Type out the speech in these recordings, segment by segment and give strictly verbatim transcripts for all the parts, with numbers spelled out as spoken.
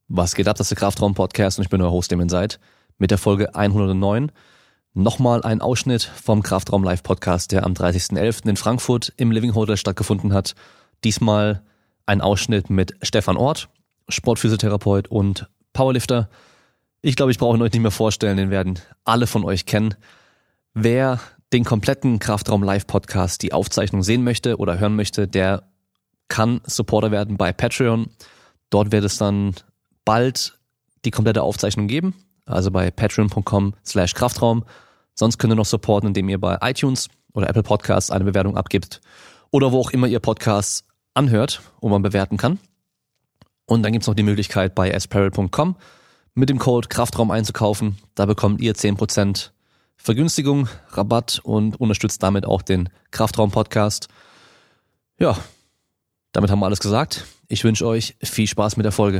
Was geht ab, das ist der Kraftraum-Podcast und ich bin euer Host, Damien Seid, mit der Folge hundertneun. Nochmal ein Ausschnitt vom Kraftraum-Live-Podcast, der am dreißigsten elften in Frankfurt im Living Hotel stattgefunden hat. Diesmal ein Ausschnitt mit Stefan Ort, Sportphysiotherapeut und Powerlifter. Ich glaube, ich brauche ihn euch nicht mehr vorstellen, den werden alle von euch kennen. Wer den kompletten Kraftraum-Live-Podcast, die Aufzeichnung sehen möchte oder hören möchte, der kann Supporter werden bei Patreon. Dort wird es dann bald die komplette Aufzeichnung geben, also bei patreon.com slash Kraftraum. Sonst könnt ihr noch supporten, indem ihr bei iTunes oder Apple Podcasts eine Bewertung abgibt oder wo auch immer ihr Podcasts anhört, wo man bewerten kann. Und dann gibt's noch die Möglichkeit, bei asparel punkt com mit dem Code Kraftraum einzukaufen. Da bekommt ihr zehn Prozent Vergünstigung, Rabatt und unterstützt damit auch den Kraftraum-Podcast. Ja, damit haben wir alles gesagt. Ich wünsche euch viel Spaß mit der Folge.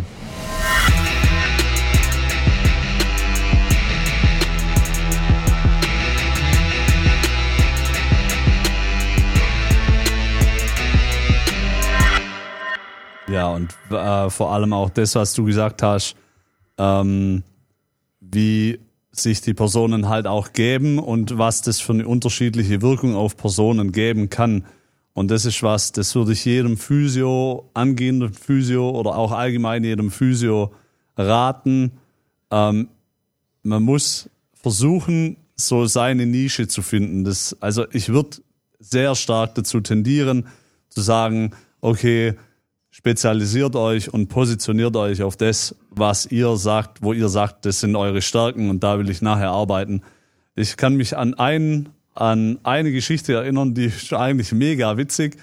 Ja, und äh, vor allem auch das, was du gesagt hast, ähm, wie sich die Personen halt auch geben und was das für eine unterschiedliche Wirkung auf Personen geben kann. Und das ist was, das würde ich jedem Physio, angehenden Physio oder auch allgemein jedem Physio raten. Ähm, man muss versuchen, so seine Nische zu finden. Das, also ich würde sehr stark dazu tendieren, zu sagen, okay, spezialisiert euch und positioniert euch auf das, was ihr sagt, wo ihr sagt, das sind eure Stärken und da will ich nachher arbeiten. Ich kann mich an einen, an eine Geschichte erinnern, die ist eigentlich mega witzig.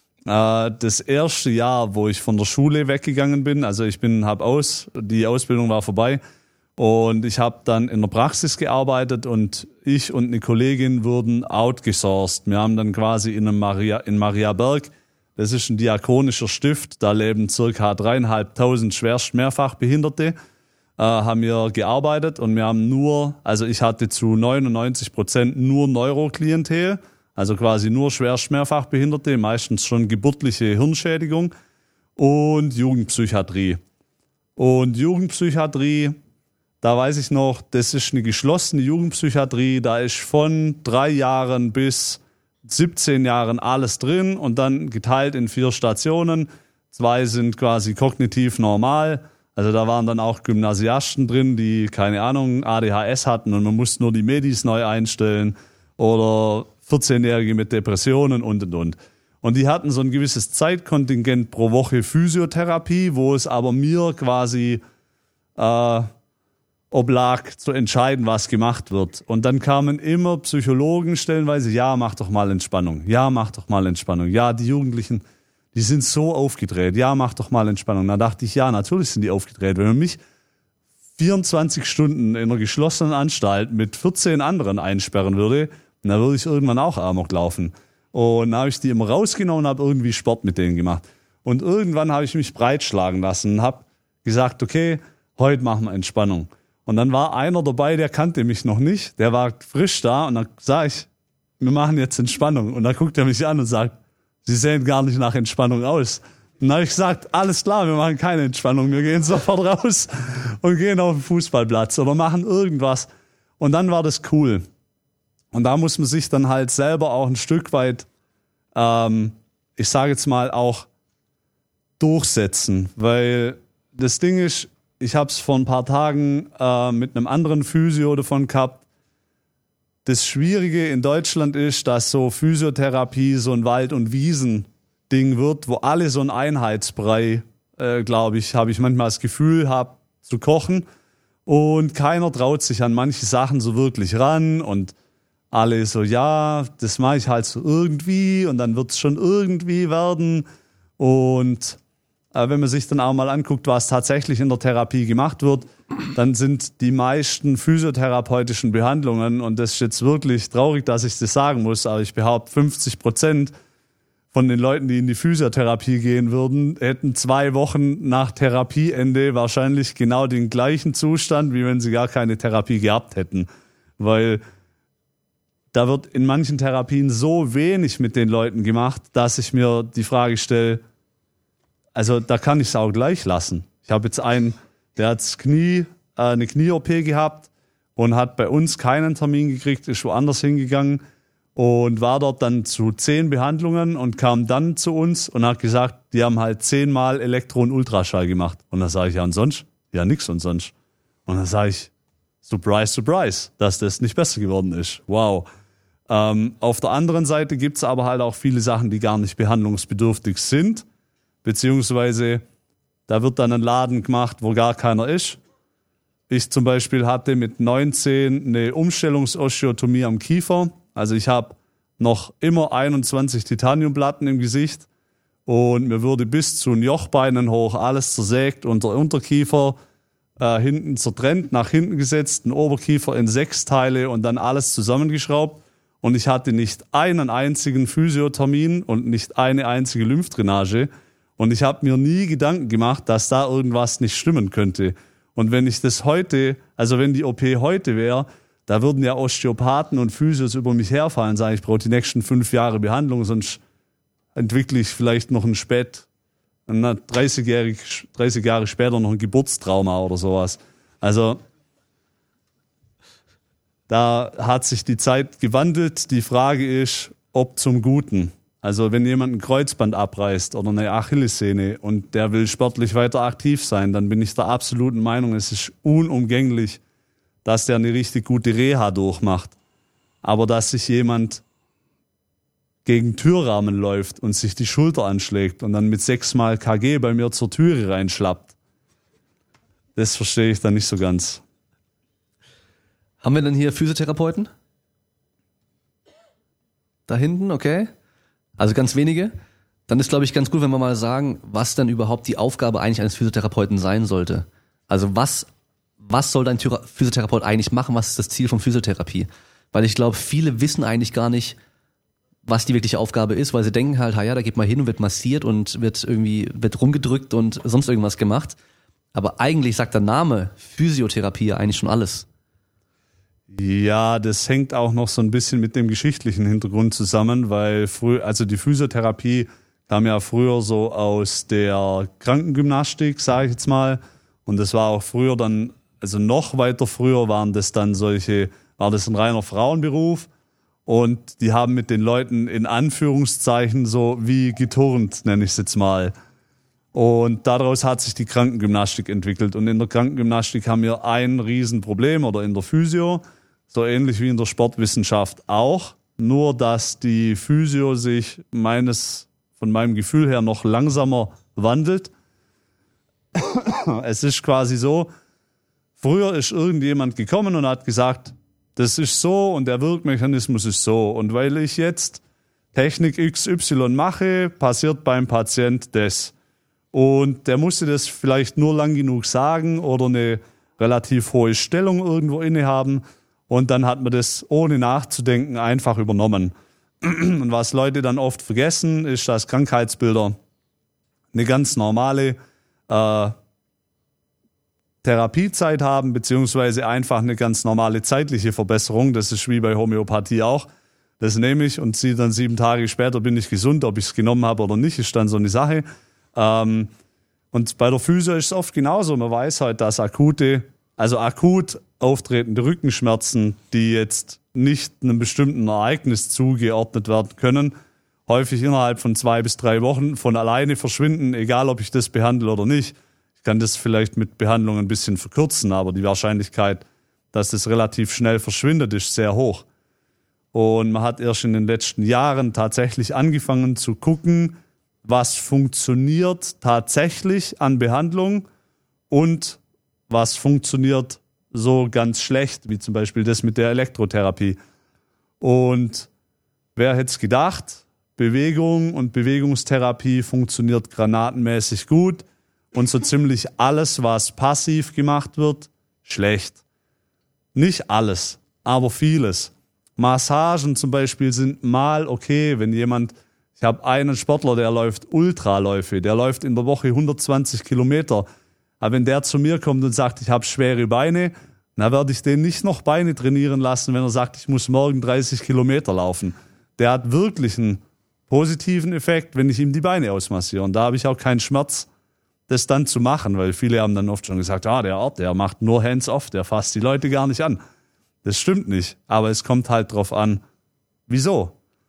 Das erste Jahr, wo ich von der Schule weggegangen bin, also ich bin, hab aus, die Ausbildung war vorbei und ich habe dann in der Praxis gearbeitet und ich und eine Kollegin wurden outgesourced. Wir haben dann quasi in einem Maria, in Mariaberg, das ist ein diakonischer Stift, da leben circa dreieinhalbtausend schwerst Mehrfachbehinderte, äh, haben wir gearbeitet und wir haben nur, also ich hatte zu neunundneunzig Prozent nur Neuroklientel, also quasi nur schwerst Mehrfachbehinderte, meistens schon geburtliche Hirnschädigung und Jugendpsychiatrie. Und Jugendpsychiatrie, da weiß ich noch, das ist eine geschlossene Jugendpsychiatrie, da ist von drei Jahren bis siebzehn Jahren alles drin und dann geteilt in vier Stationen. Zwei sind quasi kognitiv normal. Also da waren dann auch Gymnasiasten drin, die, keine Ahnung, A D H S hatten und man musste nur die Medis neu einstellen oder vierzehnjährige mit Depressionen und und und. Und die hatten so ein gewisses Zeitkontingent pro Woche Physiotherapie, wo es aber mir quasi äh, oblag zu entscheiden, was gemacht wird. Und dann kamen immer Psychologen stellenweise, ja, mach doch mal Entspannung, ja, mach doch mal Entspannung. Ja, die Jugendlichen, die sind so aufgedreht, ja, mach doch mal Entspannung. Da dachte ich, ja, natürlich sind die aufgedreht. Wenn man mich vierundzwanzig Stunden in einer geschlossenen Anstalt mit vierzehn anderen einsperren würde, dann würde ich irgendwann auch Amok laufen. Und dann habe ich die immer rausgenommen und habe irgendwie Sport mit denen gemacht. Und irgendwann habe ich mich breitschlagen lassen und habe gesagt, okay, heute machen wir Entspannung. Und dann war einer dabei, der kannte mich noch nicht, der war frisch da und dann sag ich, wir machen jetzt Entspannung. Und dann guckt er mich an und sagt, Sie sehen gar nicht nach Entspannung aus. Und dann habe ich gesagt, alles klar, wir machen keine Entspannung, wir gehen sofort raus und gehen auf den Fußballplatz oder machen irgendwas. Und dann war das cool. Und da muss man sich dann halt selber auch ein Stück weit, ähm, ich sage jetzt mal auch, durchsetzen. Weil das Ding ist, ich habe es vor ein paar Tagen äh, mit einem anderen Physio davon gehabt. Das Schwierige in Deutschland ist, dass so Physiotherapie so ein Wald- und Wiesen-Ding wird, wo alle so ein Einheitsbrei, äh, glaube ich, habe ich manchmal das Gefühl, hab zu kochen. Und keiner traut sich an manche Sachen so wirklich ran. Und alle so, ja, das mache ich halt so irgendwie und dann wird es schon irgendwie werden. Und wenn man sich dann auch mal anguckt, was tatsächlich in der Therapie gemacht wird, dann sind die meisten physiotherapeutischen Behandlungen, und das ist jetzt wirklich traurig, dass ich das sagen muss, aber ich behaupte, fünfzig Prozent von den Leuten, die in die Physiotherapie gehen würden, hätten zwei Wochen nach Therapieende wahrscheinlich genau den gleichen Zustand, wie wenn sie gar keine Therapie gehabt hätten. Weil da wird in manchen Therapien so wenig mit den Leuten gemacht, dass ich mir die Frage stelle, also da kann ich es auch gleich lassen. Ich habe jetzt einen der hat das Knie, äh, eine Knie-O P gehabt und hat bei uns keinen Termin gekriegt, ist woanders hingegangen und war dort dann zu zehn Behandlungen und kam dann zu uns und hat gesagt, die haben halt zehnmal Elektro- und Ultraschall gemacht. Und dann sage ich, ja und sonst? Ja, nix und sonst. Und dann sage ich, surprise, surprise, dass das nicht besser geworden ist. Wow. Ähm, auf der anderen Seite gibt's aber halt auch viele Sachen, die gar nicht behandlungsbedürftig sind, beziehungsweise da wird dann ein Laden gemacht, wo gar keiner ist. Ich zum Beispiel hatte mit neunzehn eine Umstellungsosteotomie am Kiefer. Also ich habe noch immer einundzwanzig Titaniumplatten im Gesicht und mir wurde bis zu den Jochbeinen hoch alles zersägt und der Unterkiefer äh, hinten zertrennt, nach hinten gesetzt, den Oberkiefer in sechs Teile und dann alles zusammengeschraubt. Und ich hatte nicht einen einzigen Physiothermin und nicht eine einzige Lymphdrainage. Und ich habe mir nie Gedanken gemacht, dass da irgendwas nicht stimmen könnte. Und wenn ich das heute, also wenn die O P heute wäre, da würden ja Osteopathen und Physios über mich herfallen, sagen, ich brauche die nächsten fünf Jahre Behandlung, sonst entwickle ich vielleicht noch ein Spät, ein dreißig Jahre später noch ein Geburtstrauma oder sowas. Also da hat sich die Zeit gewandelt. Die Frage ist, ob zum Guten. Also wenn jemand ein Kreuzband abreißt oder eine Achillessehne und der will sportlich weiter aktiv sein, dann bin ich der absoluten Meinung, es ist unumgänglich, dass der eine richtig gute Reha durchmacht. Aber dass sich jemand gegen Türrahmen läuft und sich die Schulter anschlägt und dann mit sechsmal K G bei mir zur Türe reinschlappt, das verstehe ich dann nicht so ganz. Haben wir denn hier Physiotherapeuten? Da hinten, okay. Also ganz wenige. Dann ist, glaube ich, ganz gut, wenn wir mal sagen, was dann überhaupt die Aufgabe eigentlich eines Physiotherapeuten sein sollte. Also was, was soll dein Physiotherapeut eigentlich machen? Was ist das Ziel von Physiotherapie? Weil ich glaube, viele wissen eigentlich gar nicht, was die wirkliche Aufgabe ist, weil sie denken halt, ja, da geht man hin und wird massiert und wird irgendwie, wird rumgedrückt und sonst irgendwas gemacht. Aber eigentlich sagt der Name Physiotherapie eigentlich schon alles. Ja, das hängt auch noch so ein bisschen mit dem geschichtlichen Hintergrund zusammen, weil früh, also die Physiotherapie kam ja früher so aus der Krankengymnastik, sage ich jetzt mal, und das war auch früher dann, also noch weiter früher waren das dann solche, war das ein reiner Frauenberuf und die haben mit den Leuten in Anführungszeichen so wie geturnt, nenne ich es jetzt mal. Und daraus hat sich die Krankengymnastik entwickelt. Und in der Krankengymnastik haben wir ein Riesenproblem oder in der Physio, so ähnlich wie in der Sportwissenschaft auch. Nur, dass die Physio sich meines, von meinem Gefühl her noch langsamer wandelt. Es ist quasi so, früher ist irgendjemand gekommen und hat gesagt, das ist so und der Wirkmechanismus ist so. Und weil ich jetzt Technik X Y mache, passiert beim Patient das. Und der musste das vielleicht nur lang genug sagen oder eine relativ hohe Stellung irgendwo innehaben. Und dann hat man das ohne nachzudenken einfach übernommen. Und was Leute dann oft vergessen, ist, dass Krankheitsbilder eine ganz normale äh, Therapiezeit haben, beziehungsweise einfach eine ganz normale zeitliche Verbesserung. Das ist wie bei Homöopathie auch. Das nehme ich und sie dann sieben Tage später bin ich gesund. Ob ich es genommen habe oder nicht, ist dann so eine Sache. Ähm, und bei der Physio ist es oft genauso. Man weiß halt, dass akute, also akut auftretende Rückenschmerzen, die jetzt nicht einem bestimmten Ereignis zugeordnet werden können, häufig innerhalb von zwei bis drei Wochen von alleine verschwinden, egal ob ich das behandle oder nicht. Ich kann das vielleicht mit Behandlung ein bisschen verkürzen, aber die Wahrscheinlichkeit, dass das relativ schnell verschwindet, ist sehr hoch. Und man hat erst in den letzten Jahren tatsächlich angefangen zu gucken, was funktioniert tatsächlich an Behandlung und was funktioniert so ganz schlecht, wie zum Beispiel das mit der Elektrotherapie. Und wer hätte es gedacht, Bewegung und Bewegungstherapie funktioniert granatenmäßig gut und so ziemlich alles, was passiv gemacht wird, schlecht. Nicht alles, aber vieles. Massagen zum Beispiel sind mal okay, wenn jemand, ich habe einen Sportler, der läuft Ultraläufe, der läuft in der Woche hundertzwanzig Kilometer. Aber wenn der zu mir kommt und sagt, ich habe schwere Beine, dann werde ich den nicht noch Beine trainieren lassen, wenn er sagt, ich muss morgen dreißig Kilometer laufen. Der hat wirklich einen positiven Effekt, wenn ich ihm die Beine ausmassiere. Und da habe ich auch keinen Schmerz. das dann zu machen, weil viele haben dann oft schon gesagt, ah, der Ort, der macht nur hands-off, der fasst die Leute gar nicht an. Das stimmt nicht, aber es kommt halt drauf an, wieso.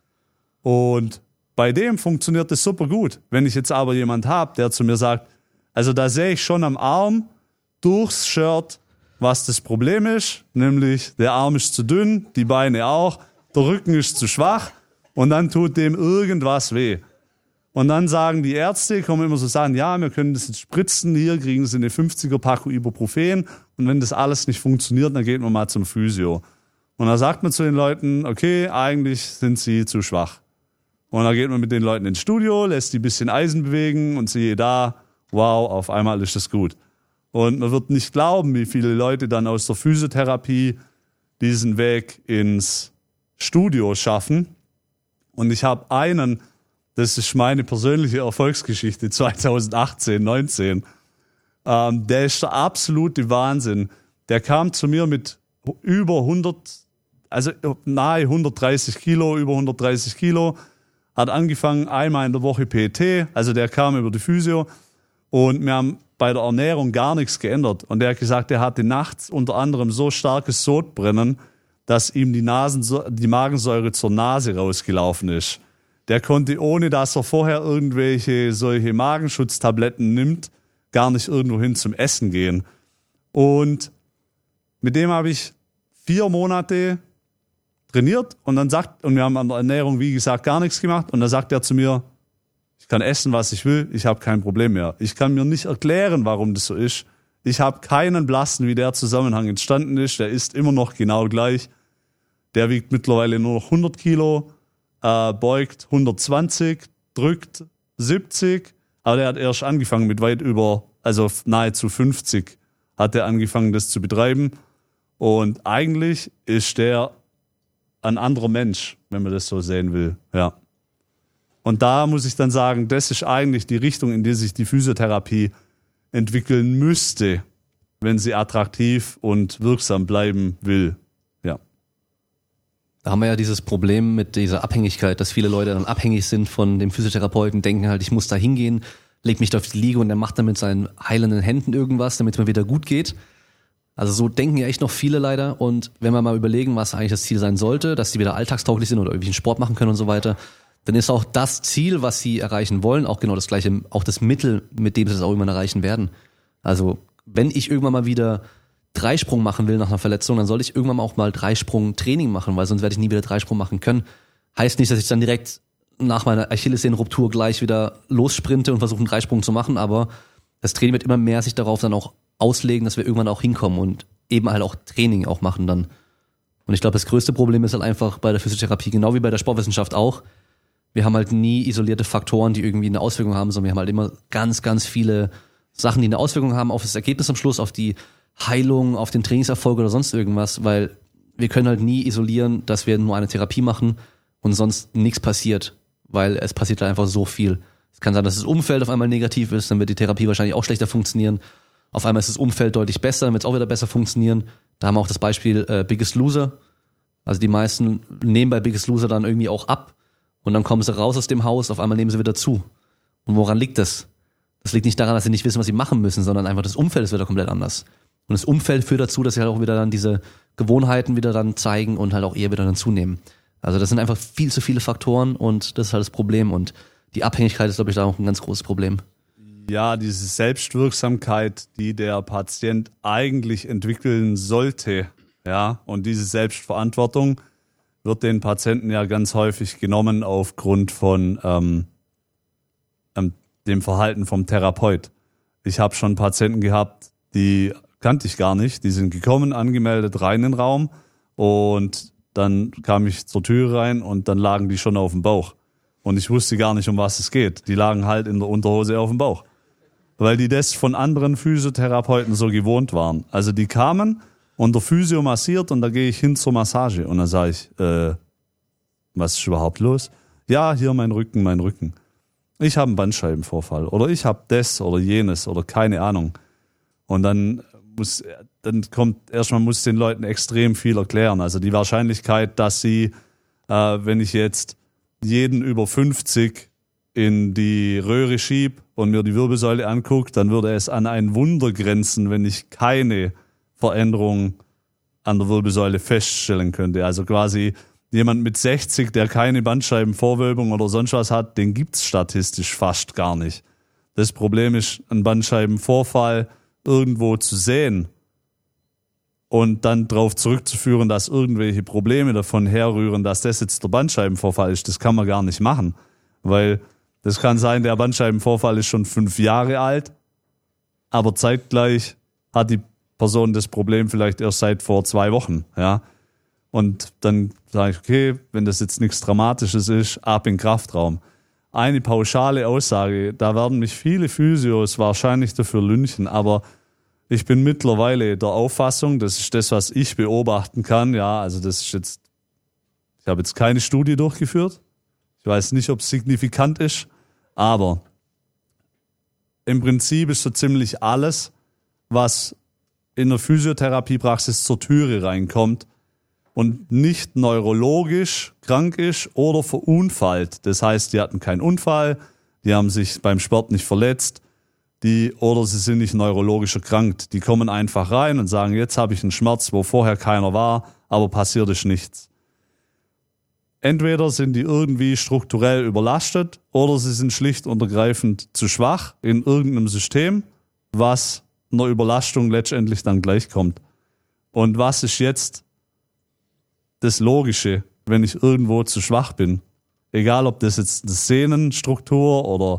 Und bei dem funktioniert das super gut. Wenn ich jetzt aber jemand habe, der zu mir sagt, also da sehe ich schon am Arm durchs Shirt, was das Problem ist, nämlich der Arm ist zu dünn, die Beine auch, der Rücken ist zu schwach und dann tut dem irgendwas weh. Und dann sagen die Ärzte, kommen immer so sagen, ja, wir können das jetzt spritzen, hier kriegen sie eine fünfziger-Packung Ibuprofen und wenn das alles nicht funktioniert, dann geht man mal zum Physio. Und dann sagt man zu den Leuten, okay, eigentlich sind sie zu schwach. Und dann geht man mit den Leuten ins Studio, lässt die ein bisschen Eisen bewegen und siehe da, wow, auf einmal ist das gut. Und man wird nicht glauben, wie viele Leute dann aus der Physiotherapie diesen Weg ins Studio schaffen. Und ich habe einen, das ist meine persönliche Erfolgsgeschichte zwanzig achtzehn, neunzehn. Ähm, der ist der absolute Wahnsinn. Der kam zu mir mit über hundert, also nahe hundertdreißig Kilo, über hundertdreißig Kilo, hat angefangen einmal in der Woche P T, also der kam über die Physio und wir haben bei der Ernährung gar nichts geändert. Und der hat gesagt, er hatte nachts unter anderem so starkes Sodbrennen, dass ihm die, Nasen, die Magensäure zur Nase rausgelaufen ist. Der konnte, ohne dass er vorher irgendwelche solche Magenschutztabletten nimmt, gar nicht irgendwo hin zum Essen gehen. Und mit dem habe ich vier Monate trainiert und dann sagt, und wir haben an der Ernährung, wie gesagt, gar nichts gemacht. Und dann sagt er zu mir, ich kann essen, was ich will, ich habe kein Problem mehr. Ich kann mir nicht erklären, warum das so ist. Ich habe keinen blassen, wie der Zusammenhang entstanden ist. Der ist immer noch genau gleich. Der wiegt mittlerweile nur noch hundert Kilo, äh, beugt hundertzwanzig, drückt siebzig. Aber der hat erst angefangen mit weit über, also nahezu fünfzig, hat er angefangen, das zu betreiben. Und eigentlich ist der ein anderer Mensch, wenn man das so sehen will. Ja. Und da muss ich dann sagen, das ist eigentlich die Richtung, in die sich die Physiotherapie entwickeln müsste, wenn sie attraktiv und wirksam bleiben will. Ja. Da haben wir ja dieses Problem mit dieser Abhängigkeit, dass viele Leute dann abhängig sind von dem Physiotherapeuten, denken halt, ich muss da hingehen, leg mich da auf die Liege und er macht dann mit seinen heilenden Händen irgendwas, damit es mir wieder gut geht. Also so denken ja echt noch viele leider. Und wenn wir mal überlegen, was eigentlich das Ziel sein sollte, dass sie wieder alltagstauglich sind oder irgendwie einen Sport machen können und so weiter, dann ist auch das Ziel, was sie erreichen wollen, auch genau das gleiche, auch das Mittel, mit dem sie es auch irgendwann erreichen werden. Also wenn ich irgendwann mal wieder Dreisprung machen will nach einer Verletzung, dann soll ich irgendwann auch mal Dreisprung-Training machen, weil sonst werde ich nie wieder Dreisprung machen können. Heißt nicht, dass ich dann direkt nach meiner Achillessehnenruptur gleich wieder lossprinte und versuche einen Dreisprung zu machen, aber das Training wird immer mehr sich darauf dann auch auslegen, dass wir irgendwann auch hinkommen und eben halt auch Training auch machen dann. Und ich glaube, das größte Problem ist halt einfach bei der Physiotherapie, genau wie bei der Sportwissenschaft auch, wir haben halt nie isolierte Faktoren, die irgendwie eine Auswirkung haben, sondern wir haben halt immer ganz, ganz viele Sachen, die eine Auswirkung haben auf das Ergebnis am Schluss, auf die Heilung, auf den Trainingserfolg oder sonst irgendwas, weil wir können halt nie isolieren, dass wir nur eine Therapie machen und sonst nichts passiert, weil es passiert halt einfach so viel. Es kann sein, dass das Umfeld auf einmal negativ ist, dann wird die Therapie wahrscheinlich auch schlechter funktionieren. Auf einmal ist das Umfeld deutlich besser, dann wird es auch wieder besser funktionieren. Da haben wir auch das Beispiel äh, Biggest Loser. Also die meisten nehmen bei Biggest Loser dann irgendwie auch ab und dann kommen sie raus aus dem Haus, auf einmal nehmen sie wieder zu. Und woran liegt das? Das liegt nicht daran, dass sie nicht wissen, was sie machen müssen, sondern einfach das Umfeld ist wieder komplett anders. Und das Umfeld führt dazu, dass sie halt auch wieder dann diese Gewohnheiten wieder dann zeigen und halt auch eher wieder dann zunehmen. Also das sind einfach viel zu viele Faktoren und das ist halt das Problem. Und die Abhängigkeit ist, glaube ich, da auch ein ganz großes Problem. Ja, diese Selbstwirksamkeit, die der Patient eigentlich entwickeln sollte, ja, und diese Selbstverantwortung wird den Patienten ja ganz häufig genommen aufgrund von ähm, ähm, dem Verhalten vom Therapeut. Ich habe schon Patienten gehabt, die kannte ich gar nicht, die sind gekommen, angemeldet, rein in den Raum und dann kam ich zur Tür rein und dann lagen die schon auf dem Bauch. Und ich wusste gar nicht, um was es geht. Die lagen halt in der Unterhose auf dem Bauch. Weil die das von anderen Physiotherapeuten so gewohnt waren. Also die kamen und der Physio massiert und da gehe ich hin zur Massage. Und dann sage ich, äh, was ist überhaupt los? Ja, hier mein Rücken, mein Rücken. Ich habe einen Bandscheibenvorfall oder ich habe das oder jenes oder keine Ahnung. Und dann muss, dann kommt, erstmal muss den Leuten extrem viel erklären. Also die Wahrscheinlichkeit, dass sie, äh, wenn ich jetzt jeden über fünfzig in die Röhre schiebe und mir die Wirbelsäule angucke, dann würde es an ein Wunder grenzen, wenn ich keine Veränderung an der Wirbelsäule feststellen könnte. Also quasi jemand mit sechzig, der keine Bandscheibenvorwölbung oder sonst was hat, den gibt's statistisch fast gar nicht. Das Problem ist, einen Bandscheibenvorfall irgendwo zu sehen und dann darauf zurückzuführen, dass irgendwelche Probleme davon herrühren, dass das jetzt der Bandscheibenvorfall ist, das kann man gar nicht machen. Weil das kann sein, der Bandscheibenvorfall ist schon fünf Jahre alt, aber zeitgleich hat die Person das Problem vielleicht erst seit vor zwei Wochen. Ja? Und dann sage ich, okay, wenn das jetzt nichts Dramatisches ist, ab in den Kraftraum. Eine pauschale Aussage, da werden mich viele Physios wahrscheinlich dafür lynchen, aber ich bin mittlerweile der Auffassung, das ist das, was ich beobachten kann. Ja, also das ist jetzt, ich habe jetzt keine Studie durchgeführt. Ich weiß nicht, ob es signifikant ist, aber im Prinzip ist so ziemlich alles, was in der Physiotherapiepraxis zur Türe reinkommt und nicht neurologisch krank ist oder verunfallt. Das heißt, die hatten keinen Unfall, die haben sich beim Sport nicht verletzt, die oder sie sind nicht neurologisch erkrankt. Die kommen einfach rein und sagen, jetzt habe ich einen Schmerz, wo vorher keiner war, aber passiert ist nichts. Entweder sind die irgendwie strukturell überlastet oder sie sind schlicht und ergreifend zu schwach in irgendeinem System, was einer Überlastung letztendlich dann gleichkommt. Und was ist jetzt das Logische, wenn ich irgendwo zu schwach bin? Egal, ob das jetzt eine Sehnenstruktur oder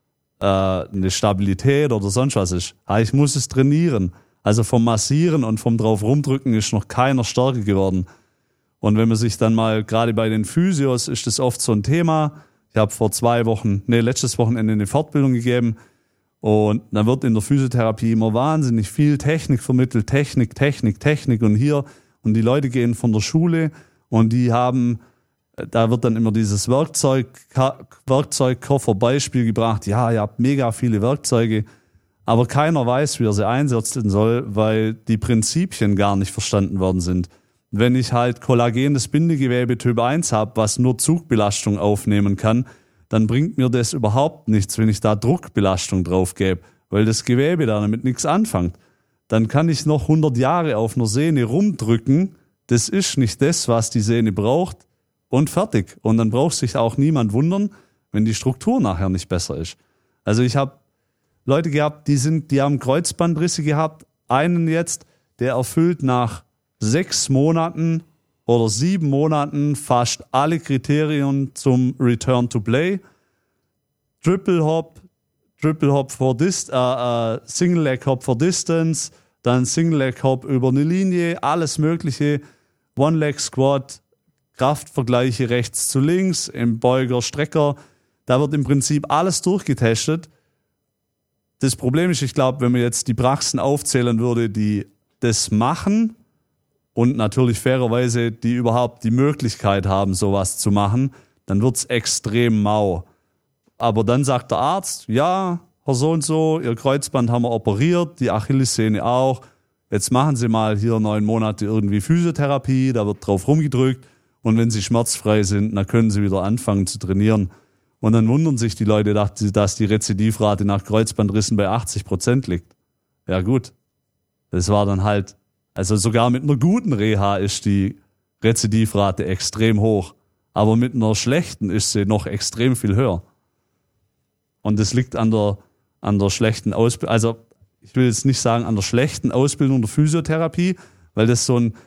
äh, eine Stabilität oder sonst was ist. Ich muss es trainieren. Also vom Massieren und vom drauf rumdrücken ist noch keiner stärker geworden. Und wenn man sich dann mal, gerade bei den Physios, ist das oft so ein Thema. Ich habe vor zwei Wochen, nee, letztes Wochenende eine Fortbildung gegeben. Und dann wird in der Physiotherapie immer wahnsinnig viel Technik vermittelt. Technik, Technik, Technik und hier. Und die Leute gehen von der Schule und die haben, da wird dann immer dieses Werkzeug, Werkzeugkoffer-Beispiel gebracht. Ja, ihr habt mega viele Werkzeuge, aber keiner weiß, wie er sie einsetzen soll, weil die Prinzipien gar nicht verstanden worden sind. Wenn ich halt kollagenes Bindegewebe Typ eins habe, was nur Zugbelastung aufnehmen kann, dann bringt mir das überhaupt nichts, wenn ich da Druckbelastung drauf gebe, weil das Gewebe da damit nichts anfängt. Dann kann ich noch hundert Jahre auf einer Sehne rumdrücken, das ist nicht das, was die Sehne braucht und fertig. Und dann braucht sich auch niemand wundern, wenn die Struktur nachher nicht besser ist. Also ich habe Leute gehabt, die sind, die haben Kreuzbandrisse gehabt, einen jetzt, der erfüllt nach sechs Monaten oder sieben Monaten fast alle Kriterien zum Return to Play. Triple Hop, Triple Hop for Dist, äh, äh, Single Leg Hop for Distance, dann Single Leg Hop über eine Linie, alles mögliche, One Leg Squat, Kraftvergleiche rechts zu links, im Beuger, Strecker, da wird im Prinzip alles durchgetestet. Das Problem ist, ich glaube, wenn man jetzt die Praxen aufzählen würde, die das machen, und natürlich fairerweise, die überhaupt die Möglichkeit haben, sowas zu machen, dann wird's extrem mau. Aber dann sagt der Arzt, ja, Herr so und so, Ihr Kreuzband haben wir operiert, die Achillessehne auch. Jetzt machen Sie mal hier neun Monate irgendwie Physiotherapie, da wird drauf rumgedrückt. Und wenn Sie schmerzfrei sind, dann können Sie wieder anfangen zu trainieren. Und dann wundern sich die Leute, dass die Rezidivrate nach Kreuzbandrissen bei achtzig Prozent liegt. Ja gut, das war dann halt, also sogar mit einer guten Reha ist die Rezidivrate extrem hoch. Aber mit einer schlechten ist sie noch extrem viel höher. Und das liegt an der, an der schlechten Ausbildung, also ich will jetzt nicht sagen an der schlechten Ausbildung der Physiotherapie, weil das so ein,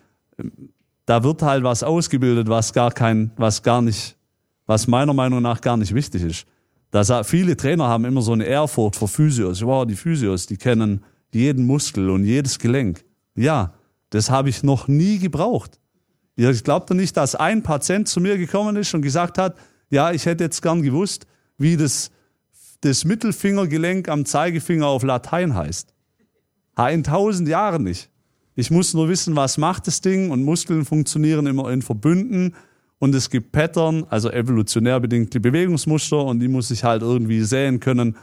da wird halt was ausgebildet, was gar kein, was gar nicht, was meiner Meinung nach gar nicht wichtig ist. Da viele Trainer haben immer so eine Ehrfurcht vor Physios. Wow, die Physios, die kennen jeden Muskel und jedes Gelenk. Ja, das habe ich noch nie gebraucht. Ich glaube doch nicht, dass ein Patient zu mir gekommen ist und gesagt hat, ja, ich hätte jetzt gern gewusst, wie das, das Mittelfingergelenk am Zeigefinger auf Latein heißt. In tausend Jahren nicht. Ich muss nur wissen, was macht das Ding, und Muskeln funktionieren immer in Verbünden und es gibt Pattern, also evolutionär bedingte Bewegungsmuster, und die muss ich halt irgendwie sehen können.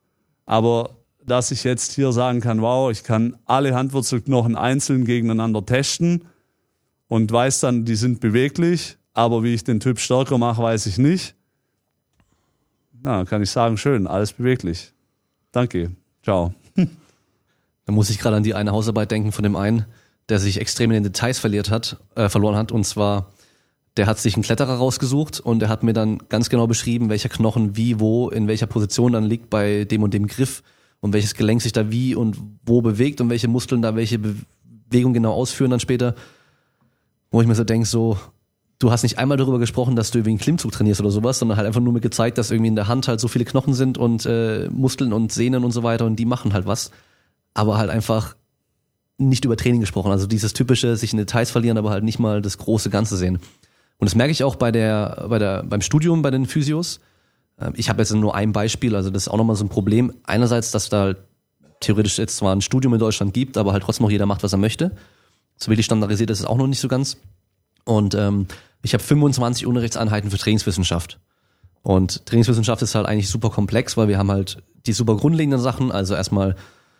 Aber dass ich jetzt hier sagen kann, wow, ich kann alle Handwurzelknochen einzeln gegeneinander testen und weiß dann, die sind beweglich, aber wie ich den Typ stärker mache, weiß ich nicht. ja, kann ich sagen, schön, alles beweglich. Danke, ciao. Da muss ich gerade an die eine Hausarbeit denken von dem einen, der sich extrem in den Details verliert hat, äh, verloren hat. Und zwar, der hat sich einen Kletterer rausgesucht und der hat mir dann ganz genau beschrieben, welcher Knochen wie, wo, in welcher Position dann liegt bei dem und dem Griff und welches Gelenk sich da wie und wo bewegt und welche Muskeln da welche Bewegung genau ausführen dann später. Wo ich mir so denke, so, du hast nicht einmal darüber gesprochen, dass du irgendwie einen Klimmzug trainierst oder sowas, sondern halt einfach nur mir gezeigt, dass irgendwie in der Hand halt so viele Knochen sind und äh, Muskeln und Sehnen und so weiter und die machen halt was. Aber halt einfach nicht über Training gesprochen. Also dieses typische, sich in Details verlieren, aber halt nicht mal das große Ganze sehen. Und das merke ich auch bei der, bei der, beim Studium bei den Physios. Ich habe jetzt nur ein Beispiel, also das ist auch nochmal so ein Problem. Einerseits, dass da theoretisch jetzt zwar ein Studium in Deutschland gibt, aber halt trotzdem noch jeder macht, was er möchte. So wirklich standardisiert ist es auch noch nicht so ganz. Und ähm, ich habe fünfundzwanzig Unterrichtseinheiten für Trainingswissenschaft. Und Trainingswissenschaft ist halt eigentlich super komplex, weil wir haben halt die super grundlegenden Sachen, also erstmal,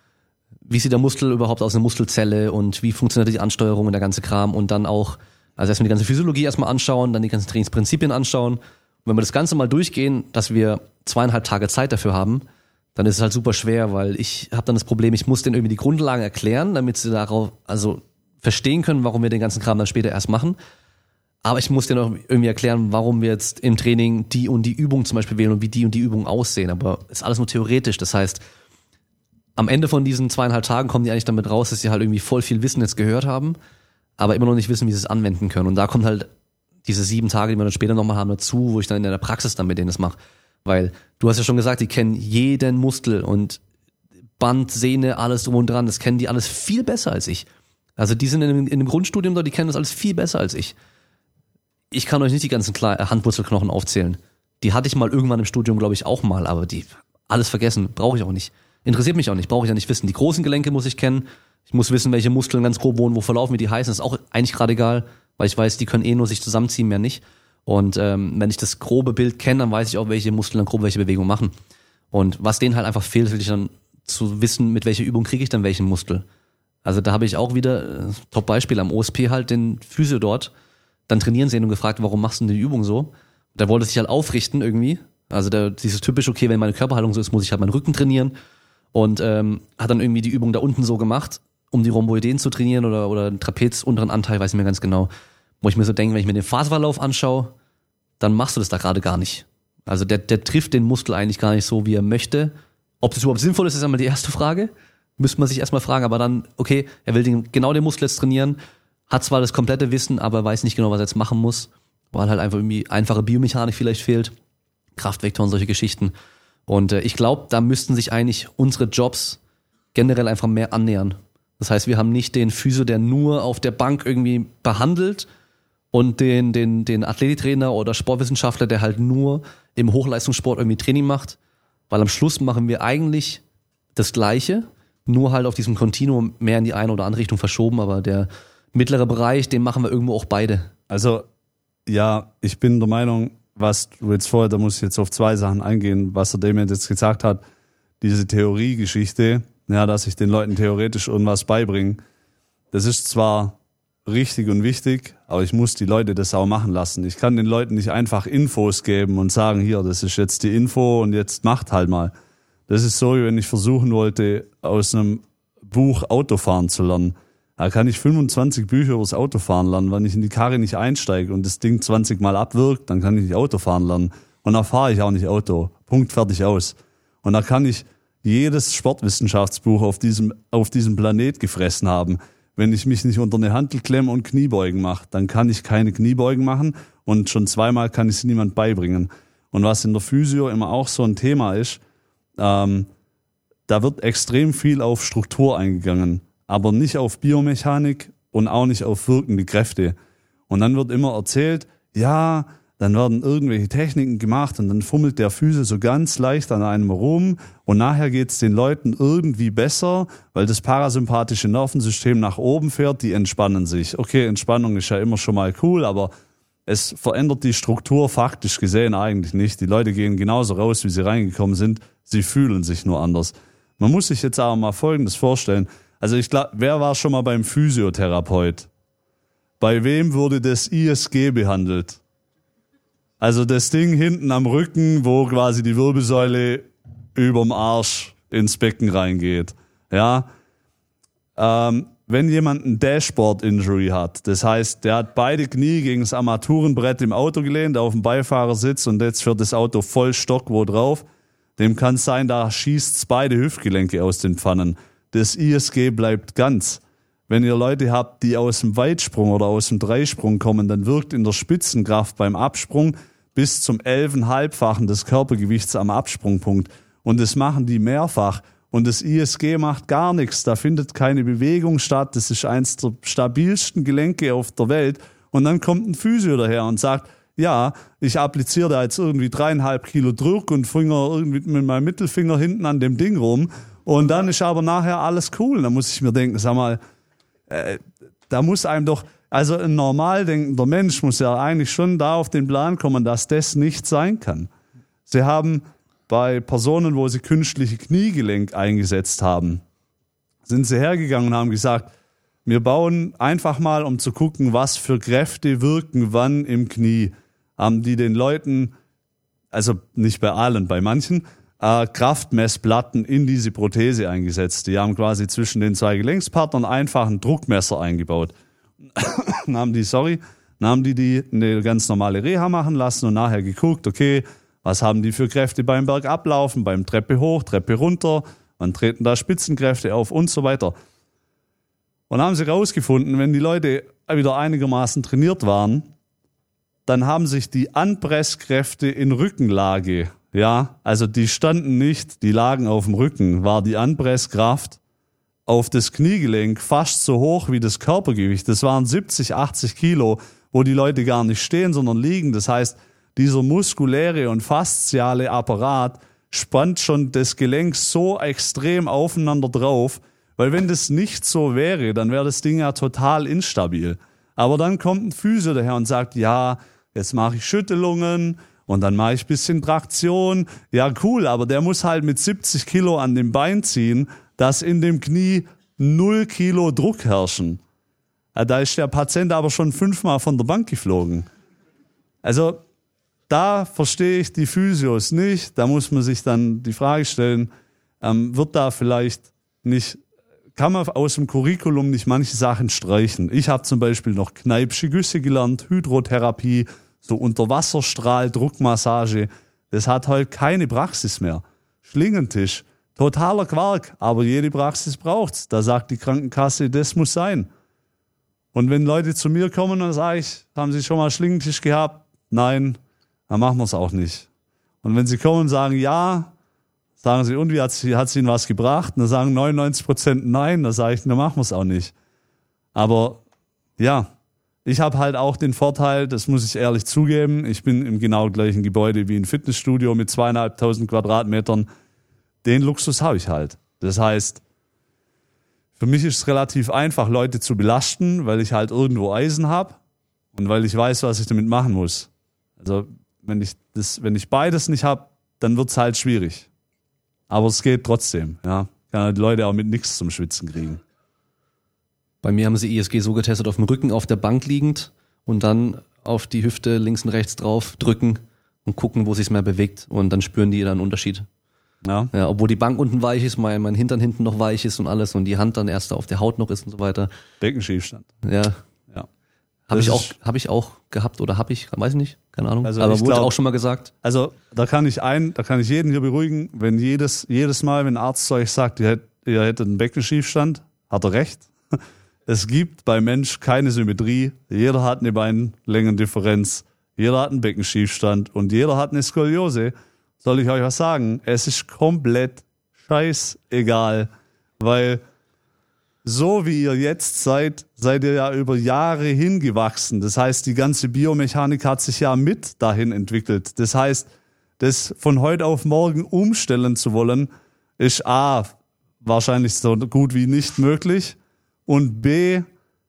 wie sieht der Muskel überhaupt aus, eine Muskelzelle und wie funktioniert die Ansteuerung und der ganze Kram und dann auch, also erstmal die ganze Physiologie erstmal anschauen, dann die ganzen Trainingsprinzipien anschauen. Und wenn wir das Ganze mal durchgehen, dass wir zweieinhalb Tage Zeit dafür haben, dann ist es halt super schwer, weil ich habe dann das Problem, ich muss denen irgendwie die Grundlagen erklären, damit sie darauf, also verstehen können, warum wir den ganzen Kram dann später erst machen. Aber ich muss denen auch irgendwie erklären, warum wir jetzt im Training die und die Übung zum Beispiel wählen und wie die und die Übungen aussehen. Aber ist alles nur theoretisch. Das heißt, am Ende von diesen zweieinhalb Tagen kommen die eigentlich damit raus, dass sie halt irgendwie voll viel Wissen jetzt gehört haben, aber immer noch nicht wissen, wie sie es anwenden können. Und da kommt halt diese sieben Tage, die wir dann später nochmal haben, dazu, wo ich dann in der Praxis dann mit denen das mache. Weil du hast ja schon gesagt, die kennen jeden Muskel und Band, Sehne, alles drum und dran. Das kennen die alles viel besser als ich. Also die sind in einem, in einem Grundstudium da, die kennen das alles viel besser als ich. Ich kann euch nicht die ganzen Handwurzelknochen aufzählen. Die hatte ich mal irgendwann im Studium, glaube ich, auch mal, aber die alles vergessen, brauche ich auch nicht. Interessiert mich auch nicht, brauche ich ja nicht wissen. Die großen Gelenke muss ich kennen. Ich muss wissen, welche Muskeln ganz grob wohnen, wo verlaufen, wie die heißen. Das ist auch eigentlich gerade egal, weil ich weiß, die können eh nur sich zusammenziehen, mehr nicht. Und ähm, wenn ich das grobe Bild kenne, dann weiß ich auch, welche Muskeln dann grob welche Bewegung machen. Und was denen halt einfach fehlt, will ich dann zu wissen, mit welcher Übung kriege ich dann welchen Muskel. Also da habe ich auch wieder, äh, Top-Beispiel, am O S P halt den Physio dort, dann trainieren sehen und gefragt, warum machst du denn die Übung so? Der wollte sich halt aufrichten irgendwie. Also der, dieses typisch, okay, wenn meine Körperhaltung so ist, muss ich halt meinen Rücken trainieren. Und ähm, hat dann irgendwie die Übung da unten so gemacht, um die Rhomboideen zu trainieren oder, oder den Trapez unteren Anteil, weiß ich mir ganz genau. Wo ich mir so denke, wenn ich mir den Faserverlauf anschaue, dann machst du das da gerade gar nicht. Also der, der trifft den Muskel eigentlich gar nicht so, wie er möchte. Ob das überhaupt sinnvoll ist, ist einmal die erste Frage. Müsste man sich erstmal fragen, aber dann, okay, er will den, genau den Muskel jetzt trainieren, hat zwar das komplette Wissen, aber weiß nicht genau, was er jetzt machen muss, weil halt einfach irgendwie einfache Biomechanik vielleicht fehlt, Kraftvektoren, solche Geschichten. Und äh, ich glaube, da müssten sich eigentlich unsere Jobs generell einfach mehr annähern. Das heißt, wir haben nicht den Physio, der nur auf der Bank irgendwie behandelt und den, den, den Athletiktrainer oder Sportwissenschaftler, der halt nur im Hochleistungssport irgendwie Training macht, weil am Schluss machen wir eigentlich das Gleiche, nur halt auf diesem Kontinuum mehr in die eine oder andere Richtung verschoben, aber der mittlere Bereich, den machen wir irgendwo auch beide. Also, ja, ich bin der Meinung, was du jetzt vorher, da muss ich jetzt auf zwei Sachen eingehen, was der Damien jetzt gesagt hat, diese Theoriegeschichte, ja, dass ich den Leuten theoretisch irgendwas beibringe, das ist zwar richtig und wichtig, aber ich muss die Leute das auch machen lassen. Ich kann den Leuten nicht einfach Infos geben und sagen, hier, das ist jetzt die Info und jetzt macht halt mal. Das ist so, wie wenn ich versuchen wollte, aus einem Buch Autofahren zu lernen. Da kann ich fünfundzwanzig Bücher über das Autofahren lernen. Wenn ich in die Karre nicht einsteige und das Ding zwanzig Mal abwirkt, dann kann ich nicht Autofahren lernen. Und dann fahre ich auch nicht Auto. Punkt, fertig, aus. Und da kann ich jedes Sportwissenschaftsbuch auf diesem, auf diesem Planet gefressen haben. Wenn ich mich nicht unter eine Hantel klemme und Kniebeugen mache, dann kann ich keine Kniebeugen machen und schon zweimal kann ich es niemand beibringen. Und was in der Physio immer auch so ein Thema ist, ähm, da wird extrem viel auf Struktur eingegangen, aber nicht auf Biomechanik und auch nicht auf wirkende Kräfte. Und dann wird immer erzählt, ja, dann werden irgendwelche Techniken gemacht und dann fummelt der Physio so ganz leicht an einem rum und nachher geht's den Leuten irgendwie besser, weil das parasympathische Nervensystem nach oben fährt, die entspannen sich. Okay, Entspannung ist ja immer schon mal cool, aber es verändert die Struktur faktisch gesehen eigentlich nicht. Die Leute gehen genauso raus, wie sie reingekommen sind. Sie fühlen sich nur anders. Man muss sich jetzt aber mal Folgendes vorstellen. Also ich glaube, wer war schon mal beim Physiotherapeut? Bei wem wurde das I S G behandelt? Also das Ding hinten am Rücken, wo quasi die Wirbelsäule überm Arsch ins Becken reingeht. Ja, ähm, wenn jemand ein Dashboard-Injury hat, das heißt, der hat beide Knie gegen das Armaturenbrett im Auto gelehnt, auf dem Beifahrersitz und jetzt fährt das Auto voll Stock wo drauf, dem kann es sein, da schießt's beide Hüftgelenke aus den Pfannen. Das I S G bleibt ganz. Wenn ihr Leute habt, die aus dem Weitsprung oder aus dem Dreisprung kommen, dann wirkt in der Spitzenkraft beim Absprung bis zum elfenhalbfachen des Körpergewichts am Absprungpunkt. Und das machen die mehrfach. Und das I S G macht gar nichts. Da findet keine Bewegung statt. Das ist eins der stabilsten Gelenke auf der Welt. Und dann kommt ein Physio daher und sagt, ja, ich appliziere da jetzt irgendwie dreieinhalb Kilo Druck und Finger irgendwie mit meinem Mittelfinger hinten an dem Ding rum. Und dann ist aber nachher alles cool. Da muss ich mir denken, sag mal, äh, da muss einem doch, also ein normal denkender Mensch muss ja eigentlich schon da auf den Plan kommen, dass das nicht sein kann. Sie haben bei Personen, wo sie künstliche Kniegelenk eingesetzt haben, sind sie hergegangen und haben gesagt, wir bauen einfach mal, um zu gucken, was für Kräfte wirken wann im Knie, haben die den Leuten, also nicht bei allen, bei manchen, äh, Kraftmessplatten in diese Prothese eingesetzt. Die haben quasi zwischen den zwei Gelenkspartnern einfach ein Druckmesser eingebaut. Dann haben die, sorry, dann haben die die eine ganz normale Reha machen lassen und nachher geguckt, okay, was haben die für Kräfte beim Bergablaufen, beim Treppe hoch, Treppe runter, wann treten da Spitzenkräfte auf und so weiter. Und haben sie rausgefunden, wenn die Leute wieder einigermaßen trainiert waren, dann haben sich die Anpresskräfte in Rückenlage, ja, also die standen nicht, die lagen auf dem Rücken, war die Anpresskraft auf das Kniegelenk fast so hoch wie das Körpergewicht. Das waren siebzig, achtzig Kilo, wo die Leute gar nicht stehen, sondern liegen. Das heißt, dieser muskuläre und fasziale Apparat spannt schon das Gelenk so extrem aufeinander drauf, weil wenn das nicht so wäre, dann wäre das Ding ja total instabil. Aber dann kommt ein Physio daher und sagt, ja, jetzt mache ich Schüttelungen und dann mache ich ein bisschen Traktion. Ja, cool, aber der muss halt mit siebzig Kilo an dem Bein ziehen, dass in dem Knie null Kilo Druck herrschen. Da ist der Patient aber schon fünfmal von der Bank geflogen. Also da verstehe ich die Physios nicht. Da muss man sich dann die Frage stellen, ähm, wird da vielleicht nicht, kann man aus dem Curriculum nicht manche Sachen streichen? Ich habe zum Beispiel noch Kneippsche Güsse gelernt, Hydrotherapie, so Unterwasserstrahl, Druckmassage. Das hat heute keine Praxis mehr. Schlingentisch, totaler Quark, aber jede Praxis braucht's. Da sagt die Krankenkasse, das muss sein. Und wenn Leute zu mir kommen, dann sage ich, haben Sie schon mal Schlingentisch gehabt? Nein, dann machen wir es auch nicht. Und wenn sie kommen und sagen ja, sagen sie, und wie hat sie, hat sie Ihnen was gebracht? Und dann sagen neunundneunzig Prozent nein, dann sage ich, dann machen wir es auch nicht. Aber ja, ich habe halt auch den Vorteil, das muss ich ehrlich zugeben, ich bin im genau gleichen Gebäude wie ein Fitnessstudio mit zweieinhalbtausend Quadratmetern. Den Luxus habe ich halt. Das heißt, für mich ist es relativ einfach, Leute zu belasten, weil ich halt irgendwo Eisen habe und weil ich weiß, was ich damit machen muss. Also wenn ich das, wenn ich beides nicht habe, dann wird's halt schwierig. Aber es geht trotzdem. Ja, kann halt Leute auch mit nichts zum Schwitzen kriegen. Bei mir haben sie I S G so getestet, auf dem Rücken auf der Bank liegend und dann auf die Hüfte links und rechts drauf drücken und gucken, wo sich's mehr bewegt und dann spüren die dann einen Unterschied. Ja. Ja, obwohl die Bank unten weich ist, mein, mein Hintern hinten noch weich ist und alles und die Hand dann erst auf der Haut noch ist und so weiter. Beckenschiefstand. Ja. Ja. Habe ich auch, habe ich auch gehabt oder habe ich, weiß ich nicht, keine Ahnung. Also aber ich wurde glaub, auch schon mal gesagt. Also da kann ich ein, da kann ich jeden hier beruhigen, wenn jedes, jedes Mal, wenn ein Arzt zu euch sagt, ihr hättet, ihr hättet einen Beckenschiefstand, hat er recht. Es gibt bei Mensch keine Symmetrie. Jeder hat eine Beinlängendifferenz, jeder hat einen Beckenschiefstand und jeder hat eine Skoliose. Soll ich euch was sagen? Es ist komplett scheißegal, weil so wie ihr jetzt seid, seid ihr ja über Jahre hingewachsen. Das heißt, die ganze Biomechanik hat sich ja mit dahin entwickelt. Das heißt, das von heute auf morgen umstellen zu wollen, ist A, wahrscheinlich so gut wie nicht möglich und B,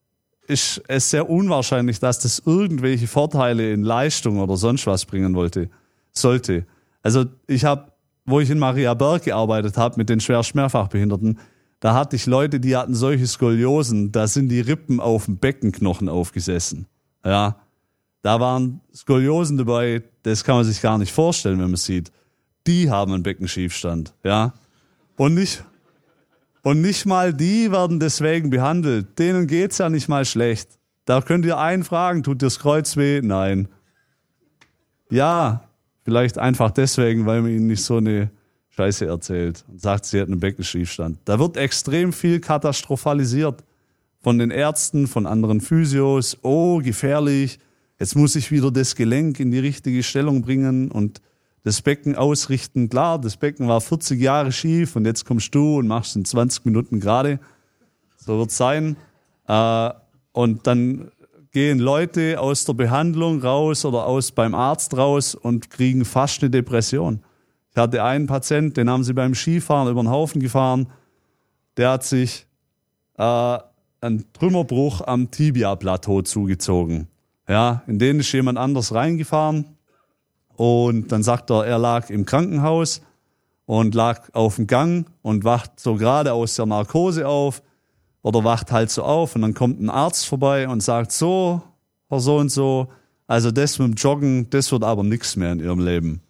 ist es sehr unwahrscheinlich, dass das irgendwelche Vorteile in Leistung oder sonst was bringen wollte, sollte. Also ich habe, wo ich in Mariaberg gearbeitet habe mit den schwer Mehrfachbehinderten, da hatte ich Leute, die hatten solche Skoliosen, da sind die Rippen auf dem Beckenknochen aufgesessen. Ja, Da waren Skoliosen dabei, das kann man sich gar nicht vorstellen, wenn man es sieht. Die haben einen Beckenschiefstand, ja. Und nicht, und nicht mal die werden deswegen behandelt. Denen geht's ja nicht mal schlecht. Da könnt ihr einen fragen, tut dir das Kreuz weh? Nein. Ja, vielleicht einfach deswegen, weil man ihnen nicht so eine Scheiße erzählt und sagt, sie hat einen Beckenschiefstand. Da wird extrem viel katastrophalisiert von den Ärzten, von anderen Physios. Oh, gefährlich, jetzt muss ich wieder das Gelenk in die richtige Stellung bringen und das Becken ausrichten. Klar, das Becken war vierzig Jahre schief und jetzt kommst du und machst in zwanzig Minuten gerade. So wird's sein. Äh, und dann gehen Leute aus der Behandlung raus oder aus beim Arzt raus und kriegen fast eine Depression. Ich hatte einen Patient, den haben sie beim Skifahren über den Haufen gefahren. Der hat sich äh, einen Trümmerbruch am Tibia-Plateau zugezogen. Ja, in den ist jemand anders reingefahren. Und dann sagt er, er lag im Krankenhaus und lag auf dem Gang und wacht so gerade aus der Narkose auf oder wacht halt so auf und dann kommt ein Arzt vorbei und sagt so, Herr so und so, also das mit dem Joggen, das wird aber nichts mehr in Ihrem Leben.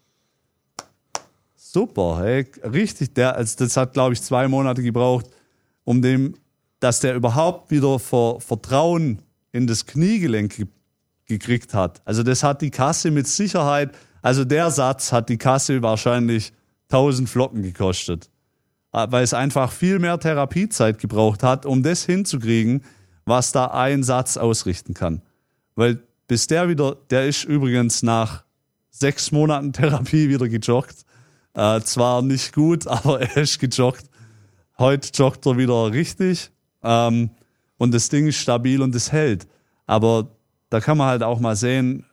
Super, hey, richtig, der, also das hat glaube ich zwei Monate gebraucht, um dem, dass der überhaupt wieder Ver, Vertrauen in das Kniegelenk ge- gekriegt hat. Also das hat die Kasse mit Sicherheit. Also der Satz hat die Kasse wahrscheinlich tausend Flocken gekostet, weil es einfach viel mehr Therapiezeit gebraucht hat, um das hinzukriegen, was da ein Satz ausrichten kann. Weil bis der wieder, der ist übrigens nach sechs Monaten Therapie wieder gejoggt. Äh, zwar nicht gut, aber er ist gejoggt. Heute joggt er wieder richtig ähm, und das Ding ist stabil und es hält. Aber da kann man halt auch mal sehen,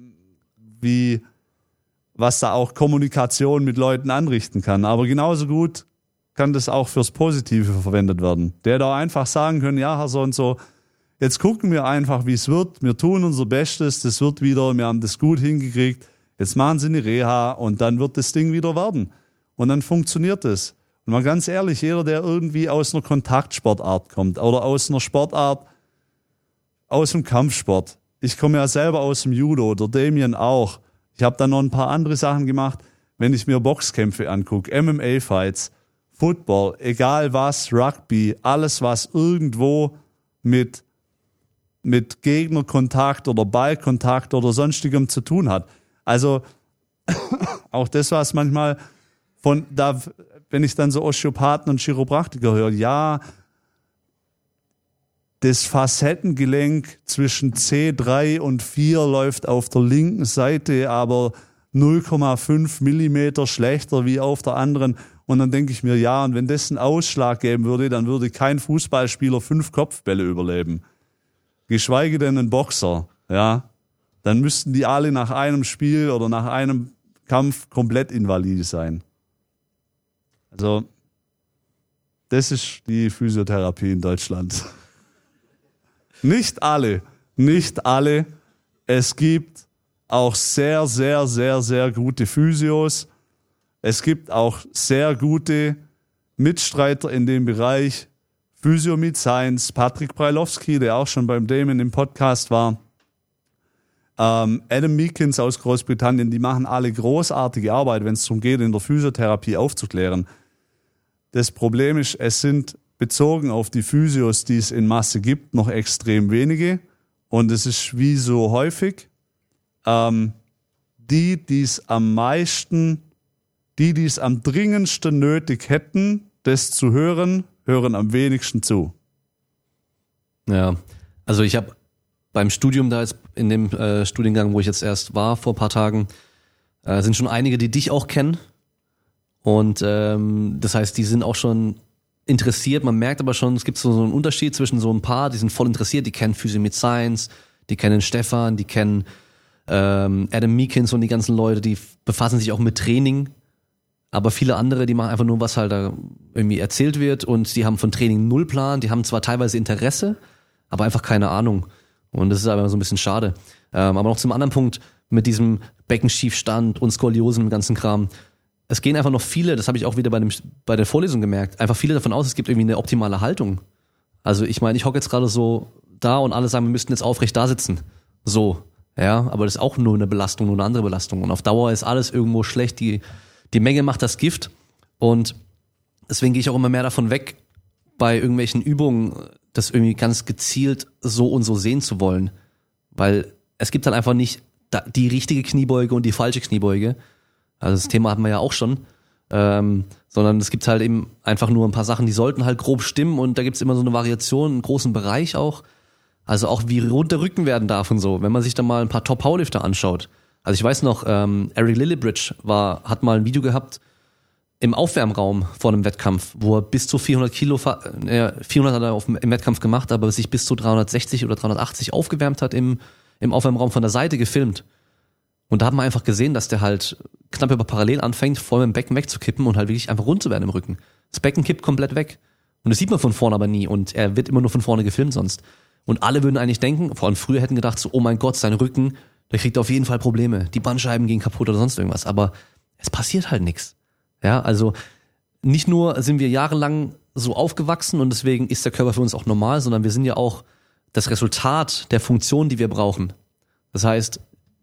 wie was da auch Kommunikation mit Leuten anrichten kann. Aber genauso gut kann das auch fürs Positive verwendet werden. Der da einfach sagen können, ja, Herr so und so, jetzt gucken wir einfach, wie es wird. Wir tun unser Bestes, das wird wieder, wir haben das gut hingekriegt. Jetzt machen Sie eine Reha und dann wird das Ding wieder werden. Und dann funktioniert es. Und mal ganz ehrlich, jeder, der irgendwie aus einer Kontaktsportart kommt oder aus einer Sportart, aus dem Kampfsport. Ich komme ja selber aus dem Judo, der Damien auch. Ich habe dann noch ein paar andere Sachen gemacht, wenn ich mir Boxkämpfe angucke, M M A-Fights, Football, egal was, Rugby, alles was irgendwo mit, mit Gegnerkontakt oder Ballkontakt oder sonstigem zu tun hat. Also auch das, was manchmal von da, wenn ich dann so Osteopathen und Chiropraktiker höre, ja, das Facettengelenk zwischen C drei und vier läuft auf der linken Seite, aber null Komma fünf Millimeter schlechter wie auf der anderen. Und dann denke ich mir, ja, und wenn das einen Ausschlag geben würde, dann würde kein Fußballspieler fünf Kopfbälle überleben. Geschweige denn ein Boxer, ja. Dann müssten die alle nach einem Spiel oder nach einem Kampf komplett invalide sein. Also, das ist die Physiotherapie in Deutschland. Nicht alle, nicht alle. Es gibt auch sehr, sehr, sehr, sehr gute Physios. Es gibt auch sehr gute Mitstreiter in dem Bereich. Physio Meets Science, Patrick Breilowski, der auch schon beim Damon im Podcast war. Ähm, Adam Meakins aus Großbritannien, die machen alle großartige Arbeit, wenn es darum geht, in der Physiotherapie aufzuklären. Das Problem ist, es sind bezogen auf die Physios, die es in Masse gibt, noch extrem wenige. Und es ist wie so häufig, ähm, die, die es am meisten, die, die es am dringendsten nötig hätten, das zu hören, hören am wenigsten zu. Ja, also ich habe beim Studium da jetzt in dem äh, Studiengang, wo ich jetzt erst war vor ein paar Tagen, äh, sind schon einige, die dich auch kennen. Und ähm, das heißt, die sind auch schon interessiert. Man merkt aber schon, es gibt so, so einen Unterschied zwischen so ein paar, die sind voll interessiert, die kennen Physio Meets Science, die kennen Stefan, die kennen ähm, Adam Meakins und die ganzen Leute, die befassen sich auch mit Training. Aber viele andere, die machen einfach nur, was halt da irgendwie erzählt wird und die haben von Training null Plan, die haben zwar teilweise Interesse, aber einfach keine Ahnung. Und das ist aber so ein bisschen schade. Ähm, aber noch zum anderen Punkt mit diesem Beckenschiefstand und Skoliosen und dem ganzen Kram. Es gehen einfach noch viele, das habe ich auch wieder bei, dem, bei der Vorlesung gemerkt, einfach viele davon aus, es gibt irgendwie eine optimale Haltung. Also ich meine, ich hocke jetzt gerade so da und alle sagen, wir müssten jetzt aufrecht da sitzen. So, Ja, aber das ist auch nur eine Belastung, nur eine andere Belastung. Und auf Dauer ist alles irgendwo schlecht. Die, die Menge macht das Gift. Und deswegen gehe ich auch immer mehr davon weg, bei irgendwelchen Übungen das irgendwie ganz gezielt so und so sehen zu wollen. Weil es gibt halt einfach nicht die richtige Kniebeuge und die falsche Kniebeuge. Also das Thema hatten wir ja auch schon. Ähm, sondern es gibt halt eben einfach nur ein paar Sachen, die sollten halt grob stimmen und da gibt's immer so eine Variation, einen großen Bereich auch. Also auch wie rund der Rücken werden darf und so. Wenn man sich dann mal ein paar Top-Powerlifter anschaut. Also ich weiß noch, ähm, Eric Lillibridge war, hat mal ein Video gehabt im Aufwärmraum vor einem Wettkampf, wo er bis zu vierhundert Kilo, äh, vierhundert hat er auf, im Wettkampf gemacht, aber sich bis zu dreihundertsechzig oder dreihundertachtzig aufgewärmt hat im, im Aufwärmraum von der Seite gefilmt. Und da hat man einfach gesehen, dass der halt knapp über parallel anfängt, voll mit dem Becken wegzukippen und halt wirklich einfach rund zu werden im Rücken. Das Becken kippt komplett weg. Und das sieht man von vorne aber nie und er wird immer nur von vorne gefilmt sonst. Und alle würden eigentlich denken, vor allem früher hätten gedacht so, oh mein Gott, sein Rücken, der kriegt auf jeden Fall Probleme. Die Bandscheiben gehen kaputt oder sonst irgendwas. Aber es passiert halt nichts. Ja, also nicht nur sind wir jahrelang so aufgewachsen und deswegen ist der Körper für uns auch normal, sondern wir sind ja auch das Resultat der Funktion, die wir brauchen. Das heißt,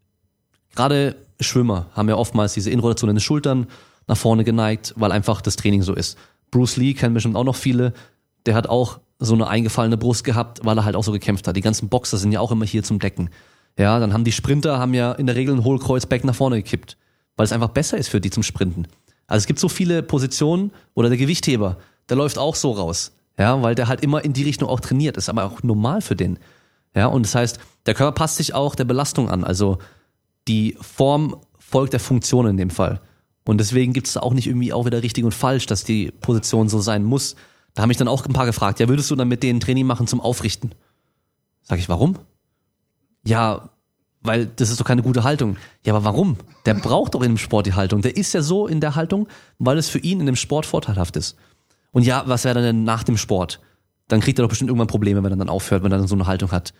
gerade Schwimmer haben ja oftmals diese Innenrotation in den Schultern nach vorne geneigt, weil einfach das Training so ist. Bruce Lee kennen bestimmt auch noch viele, der hat auch so eine eingefallene Brust gehabt, weil er halt auch so gekämpft hat. Die ganzen Boxer sind ja auch immer hier zum Decken. Ja, dann haben die Sprinter haben ja in der Regel ein Hohlkreuzbecken nach vorne gekippt, weil es einfach besser ist für die zum Sprinten. Also es gibt so viele Positionen oder der Gewichtheber, der läuft auch so raus. Ja, weil der halt immer in die Richtung auch trainiert, ist aber auch normal für den. Ja, und das heißt, der Körper passt sich auch der Belastung an, also die Form folgt der Funktion in dem Fall. Und deswegen gibt es auch nicht irgendwie auch wieder richtig und falsch, dass die Position so sein muss. Da haben mich dann auch ein paar gefragt, ja, würdest du dann mit denen Training machen zum Aufrichten? Sag ich, warum? Ja, weil das ist doch keine gute Haltung. Ja, aber warum? Der braucht doch in dem Sport die Haltung. Der ist ja so in der Haltung, weil es für ihn in dem Sport vorteilhaft ist. Und ja, was wäre dann denn nach dem Sport? Dann kriegt er doch bestimmt irgendwann Probleme, wenn er dann aufhört, wenn er dann so eine Haltung hat.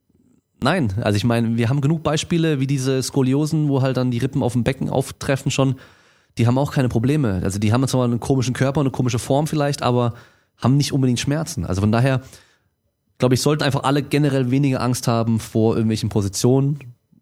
Nein, also ich meine, wir haben genug Beispiele wie diese Skoliosen, wo halt dann die Rippen auf dem Becken auftreffen schon. Die haben auch keine Probleme. Also die haben zwar einen komischen Körper, eine komische Form vielleicht, aber haben nicht unbedingt Schmerzen. Also von daher, glaube ich, sollten einfach alle generell weniger Angst haben vor irgendwelchen Positionen,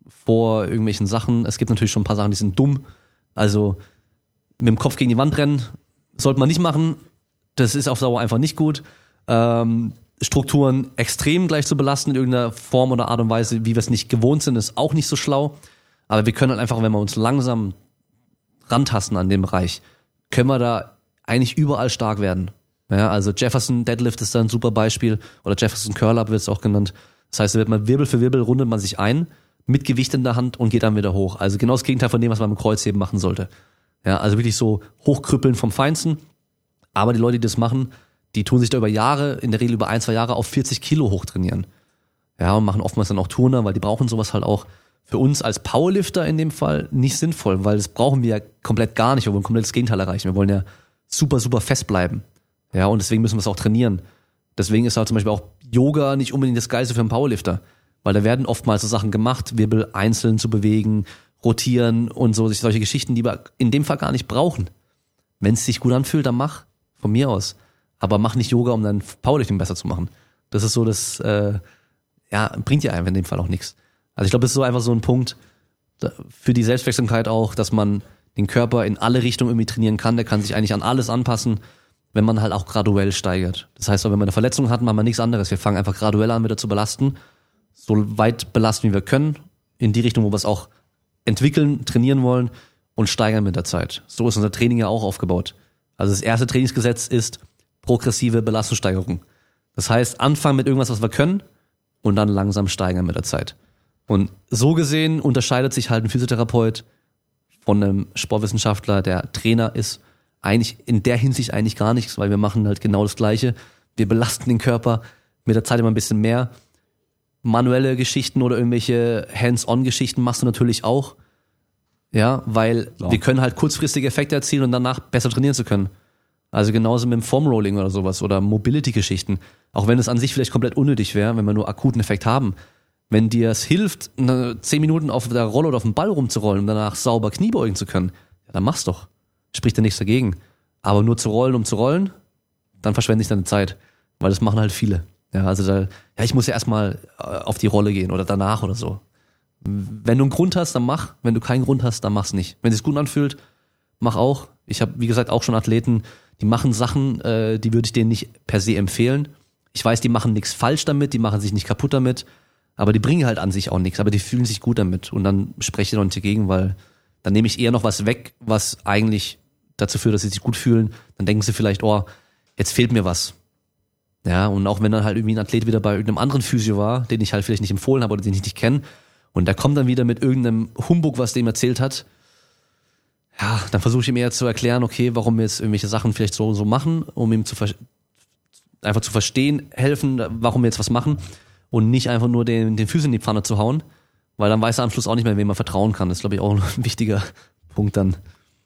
vor irgendwelchen Sachen. Es gibt natürlich schon ein paar Sachen, die sind dumm. Also mit dem Kopf gegen die Wand rennen sollte man nicht machen. Das ist auf Dauer einfach nicht gut. Ähm, Strukturen extrem gleich zu belasten in irgendeiner Form oder Art und Weise, wie wir es nicht gewohnt sind, ist auch nicht so schlau. Aber wir können halt einfach, wenn wir uns langsam rantasten an dem Bereich, können wir da eigentlich überall stark werden. Ja, also Jefferson Deadlift ist da ein super Beispiel oder Jefferson Curl-Up wird es auch genannt. Das heißt, da wird man Wirbel für Wirbel, rundet man sich ein mit Gewicht in der Hand und geht dann wieder hoch. Also genau das Gegenteil von dem, was man mit dem Kreuzheben machen sollte. Ja, also wirklich so hochkrüppeln vom Feinsten. Aber die Leute, die das machen, die tun sich da über Jahre, in der Regel über ein, zwei Jahre auf vierzig Kilo hochtrainieren. Ja, und machen oftmals dann auch Turner, weil die brauchen sowas halt auch für uns als Powerlifter in dem Fall nicht sinnvoll, weil das brauchen wir ja komplett gar nicht. Wir wollen komplett das Gegenteil erreichen. Wir wollen ja super, super fest bleiben. Ja, und deswegen müssen wir es auch trainieren. Deswegen ist halt zum Beispiel auch Yoga nicht unbedingt das Geilste für einen Powerlifter. Weil da werden oftmals so Sachen gemacht, Wirbel einzeln zu bewegen, rotieren und so, sich solche Geschichten, die wir in dem Fall gar nicht brauchen. Wenn es sich gut anfühlt, dann mach. Von mir aus. Aber mach nicht Yoga, um dein Powerlifting besser zu machen. Das ist so, das äh, ja, bringt dir einfach in dem Fall auch nichts. Also ich glaube, das ist so einfach so ein Punkt für die Selbstwirksamkeit auch, dass man den Körper in alle Richtungen irgendwie trainieren kann. Der kann sich eigentlich an alles anpassen, wenn man halt auch graduell steigert. Das heißt, auch wenn wir eine Verletzung hatten, machen wir nichts anderes. Wir fangen einfach graduell an, wieder zu belasten. So weit belasten, wie wir können. In die Richtung, wo wir es auch entwickeln, trainieren wollen und steigern mit der Zeit. So ist unser Training ja auch aufgebaut. Also das erste Trainingsgesetz ist progressive Belastungssteigerung. Das heißt, anfangen mit irgendwas, was wir können und dann langsam steigern mit der Zeit. Und so gesehen unterscheidet sich halt ein Physiotherapeut von einem Sportwissenschaftler, der Trainer ist, eigentlich in der Hinsicht eigentlich gar nichts, weil wir machen halt genau das Gleiche. Wir belasten den Körper mit der Zeit immer ein bisschen mehr. Manuelle Geschichten oder irgendwelche Hands-on-Geschichten machst du natürlich auch. Ja, weil so. Wir können halt kurzfristige Effekte erzielen und danach besser trainieren zu können. Also genauso mit dem Foam-Rolling oder sowas oder Mobility-Geschichten. Auch wenn es an sich vielleicht komplett unnötig wäre, wenn wir nur akuten Effekt haben. Wenn dir es hilft, zehn Minuten auf der Rolle oder auf dem Ball rumzurollen und danach sauber Kniebeugen zu können, ja, dann mach's doch. Spricht ja nichts dagegen. Aber nur zu rollen, um zu rollen, dann verschwende ich deine Zeit. Weil das machen halt viele. Ja, also da, ja, ich muss ja erstmal auf die Rolle gehen oder danach oder so. Wenn du einen Grund hast, dann mach. Wenn du keinen Grund hast, dann mach's nicht. Wenn es sich gut anfühlt, mach auch. Ich habe, wie gesagt, auch schon Athleten, die machen Sachen, äh, die würde ich denen nicht per se empfehlen. Ich weiß, die machen nichts falsch damit, die machen sich nicht kaputt damit, aber die bringen halt an sich auch nichts, aber die fühlen sich gut damit und dann spreche ich noch nicht dagegen, weil dann nehme ich eher noch was weg, was eigentlich dazu führt, dass sie sich gut fühlen. Dann denken sie vielleicht, oh, jetzt fehlt mir was. Ja, und auch wenn dann halt irgendwie ein Athlet wieder bei irgendeinem anderen Physio war, den ich halt vielleicht nicht empfohlen habe oder den ich nicht kenne, und der kommt dann wieder mit irgendeinem Humbug, was der ihm erzählt hat, ja, dann versuche ich ihm eher zu erklären, okay, warum wir jetzt irgendwelche Sachen vielleicht so so machen, um ihm zu ver- einfach zu verstehen, helfen, warum wir jetzt was machen und nicht einfach nur den, den Füßen in die Pfanne zu hauen, weil dann weiß er am Schluss auch nicht mehr, wem man vertrauen kann. Das ist, glaube ich, auch ein wichtiger Punkt dann.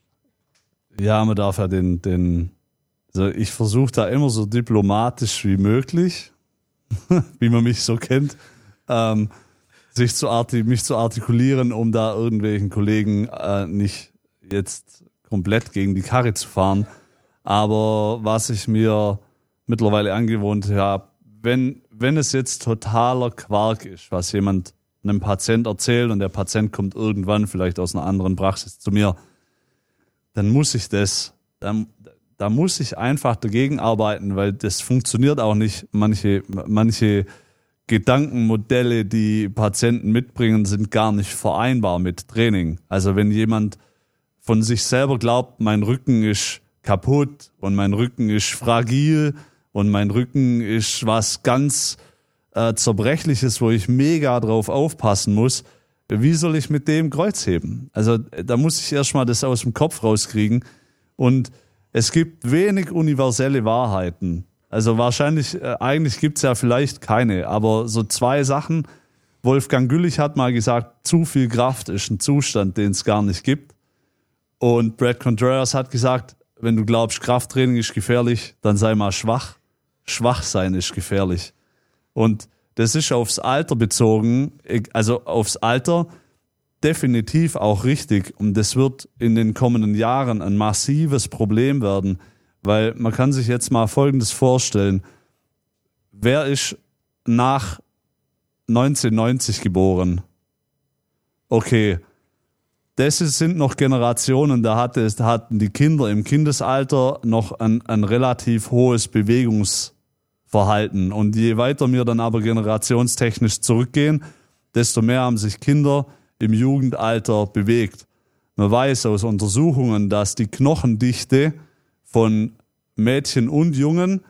Ja, man darf ja den, den, also ich versuche da immer so diplomatisch wie möglich, wie man mich so kennt, ähm, sich zu arti- mich zu artikulieren, um da irgendwelchen Kollegen äh, nicht jetzt komplett gegen die Karre zu fahren. Aber was ich mir mittlerweile angewohnt habe, wenn, wenn es jetzt totaler Quark ist, was jemand einem Patient erzählt und der Patient kommt irgendwann vielleicht aus einer anderen Praxis zu mir, dann muss ich das, dann, da muss ich einfach dagegen arbeiten, weil das funktioniert auch nicht. Manche, manche Gedankenmodelle, die Patienten mitbringen, sind gar nicht vereinbar mit Training. Also wenn jemand von sich selber glaubt, mein Rücken ist kaputt und mein Rücken ist fragil und mein Rücken ist was ganz äh, Zerbrechliches, wo ich mega drauf aufpassen muss, wie soll ich mit dem Kreuz heben? Also da muss ich erstmal das aus dem Kopf rauskriegen. Und es gibt wenig universelle Wahrheiten. Also wahrscheinlich, äh, eigentlich gibt's ja vielleicht keine, aber so zwei Sachen. Wolfgang Güllich hat mal gesagt, zu viel Kraft ist ein Zustand, den es gar nicht gibt. Und Brad Contreras hat gesagt, wenn du glaubst, Krafttraining ist gefährlich, dann sei mal schwach. Schwach sein ist gefährlich. Und das ist aufs Alter bezogen, also aufs Alter definitiv auch richtig. Und das wird in den kommenden Jahren ein massives Problem werden, weil man kann sich jetzt mal Folgendes vorstellen. Wer ist nach neunzehnhundertneunzig geboren? Okay, das sind noch Generationen, da hatten die Kinder im Kindesalter noch ein, ein relativ hohes Bewegungsverhalten. Und je weiter wir dann aber generationstechnisch zurückgehen, desto mehr haben sich Kinder im Jugendalter bewegt. Man weiß aus Untersuchungen, dass die Knochendichte von Mädchen und Jungen,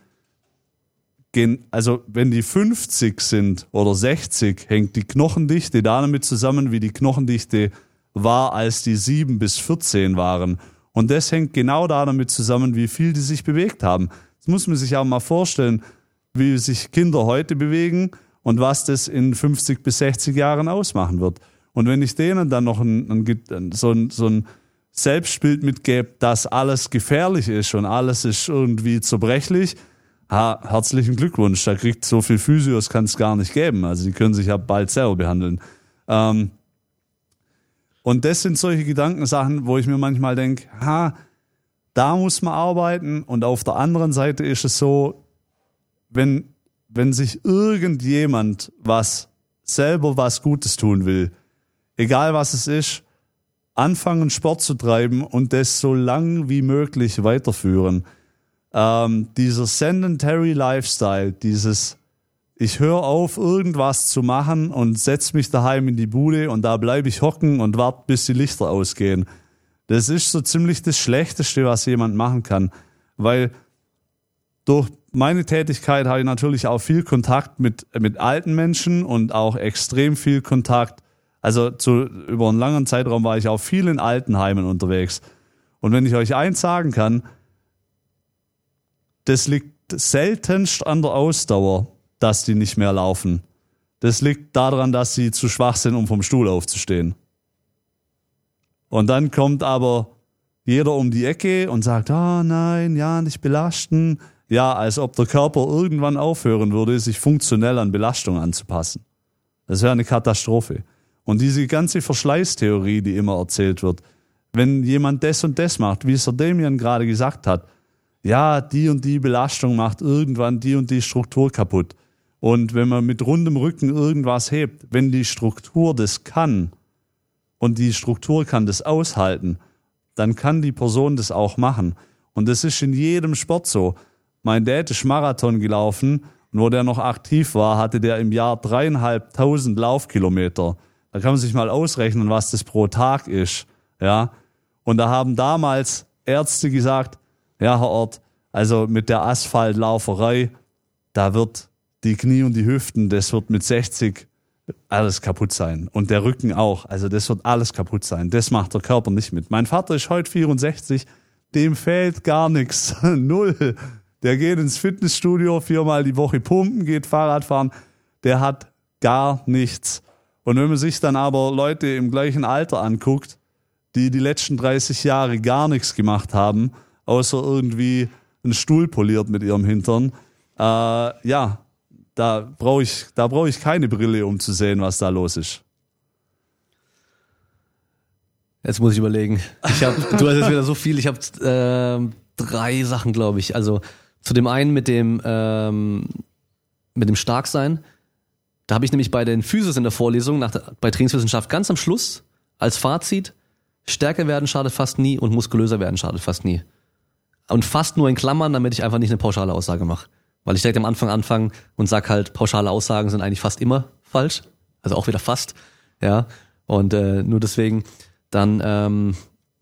also wenn die fünfzig sind oder sechzig, hängt die Knochendichte damit zusammen, wie die Knochendichte war, als die sieben bis vierzehn waren. Und das hängt genau damit zusammen, wie viel die sich bewegt haben. Das muss man sich auch mal vorstellen, wie sich Kinder heute bewegen und was das in fünfzig bis sechzig Jahren ausmachen wird. Und wenn ich denen dann noch ein, ein, so, ein, so ein Selbstbild mitgebe, dass alles gefährlich ist und alles ist irgendwie zerbrechlich, ha, herzlichen Glückwunsch, da kriegt so viel Physios, kann es gar nicht geben. Also die können sich ja bald selber behandeln. Ähm, Und das sind solche Gedankensachen, wo ich mir manchmal denke, ha, da muss man arbeiten. Und auf der anderen Seite ist es so, wenn, wenn sich irgendjemand was, selber was Gutes tun will, egal was es ist, anfangen Sport zu treiben und das so lang wie möglich weiterführen. Ähm, dieser sedentary Lifestyle, dieses ich höre auf, irgendwas zu machen und setze mich daheim in die Bude und da bleibe ich hocken und warte, bis die Lichter ausgehen. Das ist so ziemlich das Schlechteste, was jemand machen kann. Weil durch meine Tätigkeit habe ich natürlich auch viel Kontakt mit, mit alten Menschen und auch extrem viel Kontakt. Also zu, über einen langen Zeitraum war ich auch viel in Altenheimen unterwegs. Und wenn ich euch eins sagen kann, das liegt seltenst an der Ausdauer, dass die nicht mehr laufen. Das liegt daran, dass sie zu schwach sind, um vom Stuhl aufzustehen. Und dann kommt aber jeder um die Ecke und sagt, ah, nein, ja, nicht belasten. Ja, als ob der Körper irgendwann aufhören würde, sich funktionell an Belastung anzupassen. Das wäre eine Katastrophe. Und diese ganze Verschleißtheorie, die immer erzählt wird, wenn jemand das und das macht, wie es der Damian gerade gesagt hat, ja, die und die Belastung macht irgendwann die und die Struktur kaputt. Und wenn man mit rundem Rücken irgendwas hebt, wenn die Struktur das kann und die Struktur kann das aushalten, dann kann die Person das auch machen. Und das ist in jedem Sport so. Mein Dad ist Marathon gelaufen und wo der noch aktiv war, hatte der im Jahr dreieinhalbtausend Laufkilometer. Da kann man sich mal ausrechnen, was das pro Tag ist. Ja. Und da haben damals Ärzte gesagt, ja, Herr Ort, also mit der Asphaltlauferei, da wird die Knie und die Hüften, das wird mit sechzig alles kaputt sein. Und der Rücken auch. Also das wird alles kaputt sein. Das macht der Körper nicht mit. Mein Vater ist heute vierundsechzig, dem fehlt gar nichts. Null. Der geht ins Fitnessstudio, viermal die Woche pumpen, geht Fahrrad fahren. Der hat gar nichts. Und wenn man sich dann aber Leute im gleichen Alter anguckt, die die letzten dreißig Jahre gar nichts gemacht haben, außer irgendwie einen Stuhl poliert mit ihrem Hintern, äh, ja, da brauche ich, da brauche ich keine Brille, um zu sehen, was da los ist. Jetzt muss ich überlegen. Ich hab, du hast jetzt wieder so viel. Ich habe äh, drei Sachen, glaube ich. Also zu dem einen mit dem ähm, mit dem Starksein. Da habe ich nämlich bei den Physios in der Vorlesung, nach der, bei Trainingswissenschaft ganz am Schluss als Fazit: Stärker werden schadet fast nie und muskulöser werden schadet fast nie. Und fast nur in Klammern, damit ich einfach nicht eine pauschale Aussage mache. Weil ich direkt am Anfang anfange und sag halt, pauschale Aussagen sind eigentlich fast immer falsch. Also auch wieder fast. Ja. Und äh, nur deswegen dann ähm,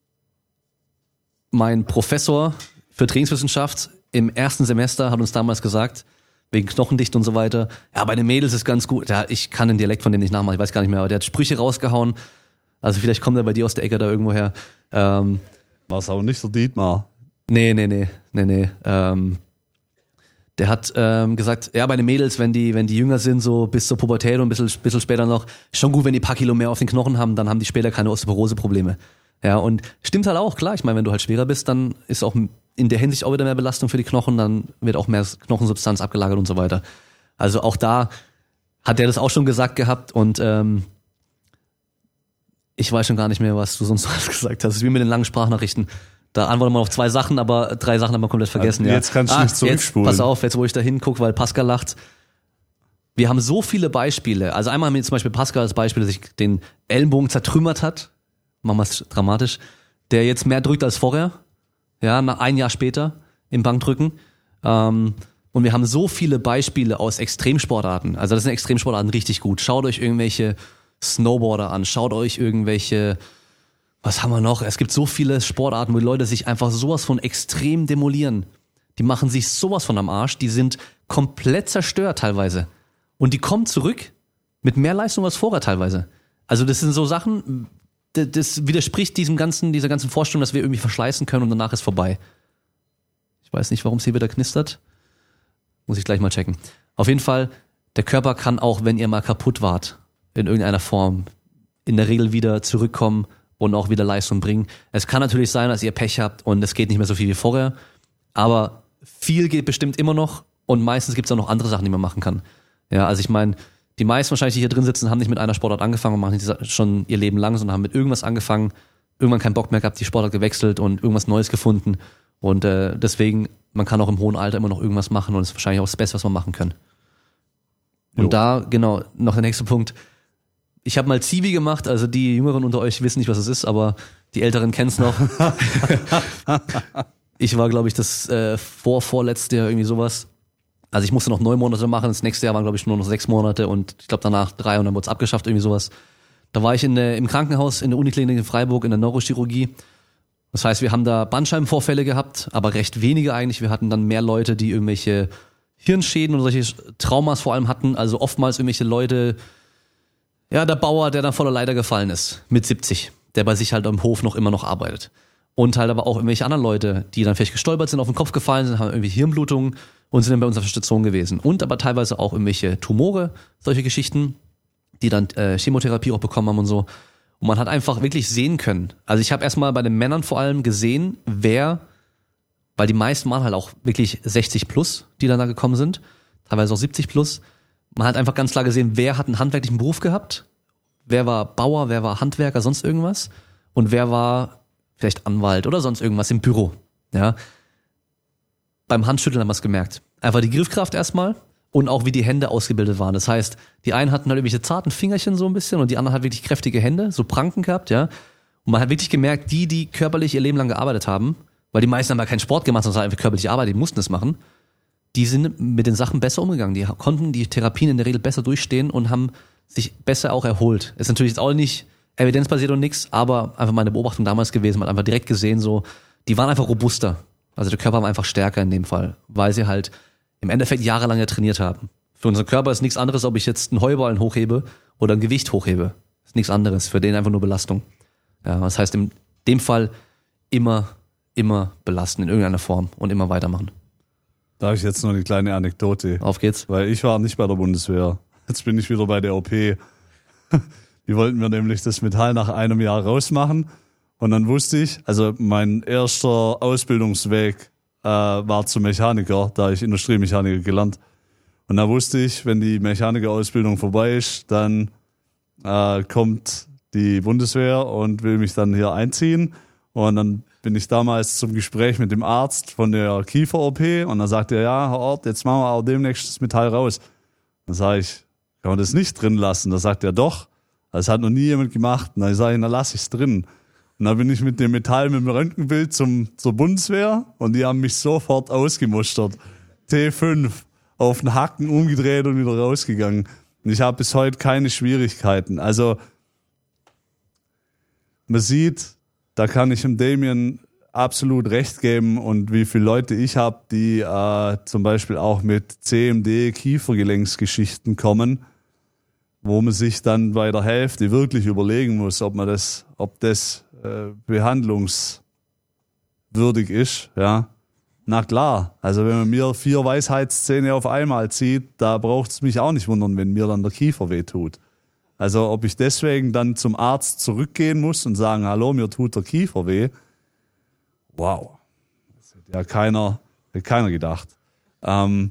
mein Professor für Trainingswissenschaft im ersten Semester hat uns damals gesagt, wegen Knochendichte und so weiter, ja, bei den Mädels ist ganz gut. Ja, ich kann den Dialekt von denen nicht nachmachen, ich weiß gar nicht mehr, aber der hat Sprüche rausgehauen. Also vielleicht kommt er bei dir aus der Ecke da irgendwo her. Ähm, War es aber nicht so Dietmar? Nee, nee, nee, nee, nee. Ähm, Der hat ähm, gesagt, ja, bei den Mädels, wenn die, wenn die jünger sind, so bis zur Pubertät und ein bisschen, bisschen später noch, schon gut, wenn die paar Kilo mehr auf den Knochen haben, dann haben die später keine Osteoporose-Probleme. Ja, und stimmt halt auch, klar. Ich meine, wenn du halt schwerer bist, dann ist auch in der Hinsicht auch wieder mehr Belastung für die Knochen, dann wird auch mehr Knochensubstanz abgelagert und so weiter. Also auch da hat der das auch schon gesagt gehabt und ähm, ich weiß schon gar nicht mehr, was du sonst alles gesagt hast. Es ist wie mit den langen Sprachnachrichten. Da antwortet man auf zwei Sachen, aber drei Sachen haben wir komplett vergessen. Also jetzt ja. kannst du ah, nicht zurückspulen. Jetzt, pass auf, jetzt wo ich da hingucke, weil Pascal lacht. Wir haben so viele Beispiele. Also einmal haben wir zum Beispiel Pascal als Beispiel, der sich den Ellenbogen zertrümmert hat. Machen wir es dramatisch. Der jetzt mehr drückt als vorher. Ja, nach ein Jahr später im Bankdrücken. Ähm, und wir haben so viele Beispiele aus Extremsportarten. Also das sind Extremsportarten richtig gut. Schaut euch irgendwelche Snowboarder an. Schaut euch irgendwelche... Was haben wir noch? Es gibt so viele Sportarten, wo die Leute sich einfach sowas von extrem demolieren. Die machen sich sowas von am Arsch. Die sind komplett zerstört teilweise. Und die kommen zurück mit mehr Leistung als vorher teilweise. Also das sind so Sachen, das widerspricht diesem ganzen, dieser ganzen Vorstellung, dass wir irgendwie verschleißen können und danach ist vorbei. Ich weiß nicht, warum es hier wieder knistert. Muss ich gleich mal checken. Auf jeden Fall, der Körper kann auch, wenn ihr mal kaputt wart, in irgendeiner Form, in der Regel wieder zurückkommen und auch wieder Leistung bringen. Es kann natürlich sein, dass ihr Pech habt und es geht nicht mehr so viel wie vorher, aber viel geht bestimmt immer noch und meistens gibt es auch noch andere Sachen, die man machen kann. Ja, also ich meine, die meisten wahrscheinlich, die hier drin sitzen, haben nicht mit einer Sportart angefangen und machen die schon ihr Leben lang, sondern haben mit irgendwas angefangen, irgendwann keinen Bock mehr gehabt, die Sportart gewechselt und irgendwas Neues gefunden und äh, deswegen, man kann auch im hohen Alter immer noch irgendwas machen und es ist wahrscheinlich auch das Beste, was man machen kann. Und jo. Da, genau, noch der nächste Punkt. Ich habe mal Zivi gemacht, also die Jüngeren unter euch wissen nicht, was es ist, aber die Älteren kennen es noch. Ich war, glaube ich, das äh, vor, vorletzte Jahr irgendwie sowas. Also ich musste noch neun Monate machen, das nächste Jahr waren, glaube ich, nur noch sechs Monate und ich glaube danach drei und dann wurde es abgeschafft, irgendwie sowas. Da war ich in der, im Krankenhaus in der Uniklinik in Freiburg in der Neurochirurgie. Das heißt, wir haben da Bandscheibenvorfälle gehabt, aber recht wenige eigentlich. Wir hatten dann mehr Leute, die irgendwelche Hirnschäden oder solche Traumas vor allem hatten. Also oftmals irgendwelche Leute... Ja, der Bauer, der dann voller Leiter gefallen ist, mit siebzig, der bei sich halt am Hof noch immer noch arbeitet. Und halt aber auch irgendwelche anderen Leute, die dann vielleicht gestolpert sind, auf den Kopf gefallen sind, haben irgendwie Hirnblutungen und sind dann bei uns auf der Station gewesen. Und aber teilweise auch irgendwelche Tumore, solche Geschichten, die dann äh, Chemotherapie auch bekommen haben und so. Und man hat einfach wirklich sehen können. Also ich habe erstmal bei den Männern vor allem gesehen, wer, weil die meisten waren halt auch wirklich sechzig plus, die dann da gekommen sind, teilweise auch siebzig plus. Man hat einfach ganz klar gesehen, wer hat einen handwerklichen Beruf gehabt, wer war Bauer, wer war Handwerker, sonst irgendwas und wer war vielleicht Anwalt oder sonst irgendwas im Büro. Ja. Beim Handschütteln haben wir es gemerkt. Einfach die Griffkraft erstmal und auch wie die Hände ausgebildet waren. Das heißt, die einen hatten halt irgendwelche zarten Fingerchen so ein bisschen und die anderen halt wirklich kräftige Hände, so Pranken gehabt, ja. Und man hat wirklich gemerkt, die, die körperlich ihr Leben lang gearbeitet haben, weil die meisten haben ja keinen Sport gemacht, sondern einfach körperliche Arbeit, die mussten es machen, die sind mit den Sachen besser umgegangen. Die konnten die Therapien in der Regel besser durchstehen und haben sich besser auch erholt. Ist natürlich jetzt auch nicht evidenzbasiert und nix, aber einfach meine Beobachtung damals gewesen. Man hat einfach direkt gesehen, so, die waren einfach robuster. Also der Körper war einfach stärker in dem Fall, weil sie halt im Endeffekt jahrelang ja trainiert haben. Für unseren Körper ist nichts anderes, ob ich jetzt einen Heuballen hochhebe oder ein Gewicht hochhebe. Ist nichts anderes. Für den einfach nur Belastung. Ja, das heißt, in dem Fall immer, immer belasten in irgendeiner Form und immer weitermachen. Da habe ich jetzt noch eine kleine Anekdote. Auf geht's. Weil ich war nicht bei der Bundeswehr. Jetzt bin ich wieder bei der O P. Die wollten mir nämlich das Metall nach einem Jahr rausmachen. Und dann wusste ich, also mein erster Ausbildungsweg äh, war zum Mechaniker, da ich Industriemechaniker gelernt. Und da wusste ich, wenn die Mechanikerausbildung vorbei ist, dann äh, kommt die Bundeswehr und will mich dann hier einziehen. Und dann bin ich damals zum Gespräch mit dem Arzt von der Kiefer-O P und dann sagt er, ja, Herr Ort, jetzt machen wir auch demnächst das Metall raus. Dann sage ich, kann man das nicht drin lassen? Da sagt er, doch. Das hat noch nie jemand gemacht. Und dann sage ich, dann lasse ich es drin. Und dann bin ich mit dem Metall, mit dem Röntgenbild zum, zur Bundeswehr und die haben mich sofort ausgemustert. T fünf, auf den Hacken umgedreht und wieder rausgegangen. Und ich habe bis heute keine Schwierigkeiten. Also man sieht, da kann ich dem Damien absolut recht geben und wie viele Leute ich habe, die äh, zum Beispiel auch mit C M D, Kiefergelenksgeschichten kommen, wo man sich dann bei der Hälfte wirklich überlegen muss, ob man das, ob das äh, behandlungswürdig ist. Ja, na klar. Also wenn man mir vier Weisheitszähne auf einmal zieht, da braucht es mich auch nicht wundern, wenn mir dann der Kiefer wehtut. Also ob ich deswegen dann zum Arzt zurückgehen muss und sagen, hallo, mir tut der Kiefer weh. Wow. Das hätte ja keiner, hätte keiner gedacht. Ähm,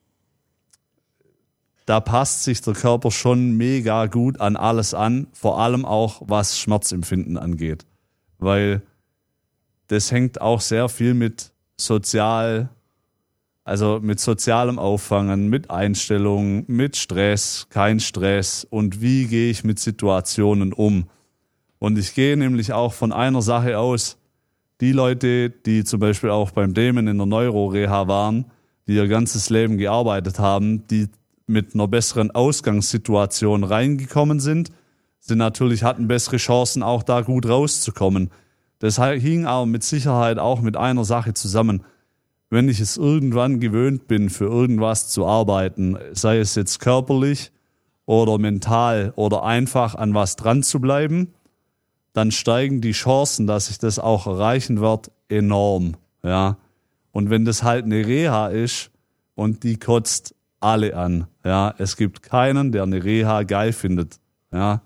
da passt sich der Körper schon mega gut an alles an, vor allem auch was Schmerzempfinden angeht. Weil das hängt auch sehr viel mit sozial, also mit sozialem Auffangen, mit Einstellung, mit Stress, kein Stress und wie gehe ich mit Situationen um. Und ich gehe nämlich auch von einer Sache aus, die Leute, die zum Beispiel auch beim Damon in der Neuroreha waren, die ihr ganzes Leben gearbeitet haben, die mit einer besseren Ausgangssituation reingekommen sind, sind natürlich, hatten bessere Chancen, auch da gut rauszukommen. Das hing aber mit Sicherheit auch mit einer Sache zusammen. Wenn ich es irgendwann gewöhnt bin, für irgendwas zu arbeiten, sei es jetzt körperlich oder mental oder einfach an was dran zu bleiben, dann steigen die Chancen, dass ich das auch erreichen werde, enorm. Ja. Und wenn das halt eine Reha ist und die kotzt alle an, ja, es gibt keinen, der eine Reha geil findet. Ja.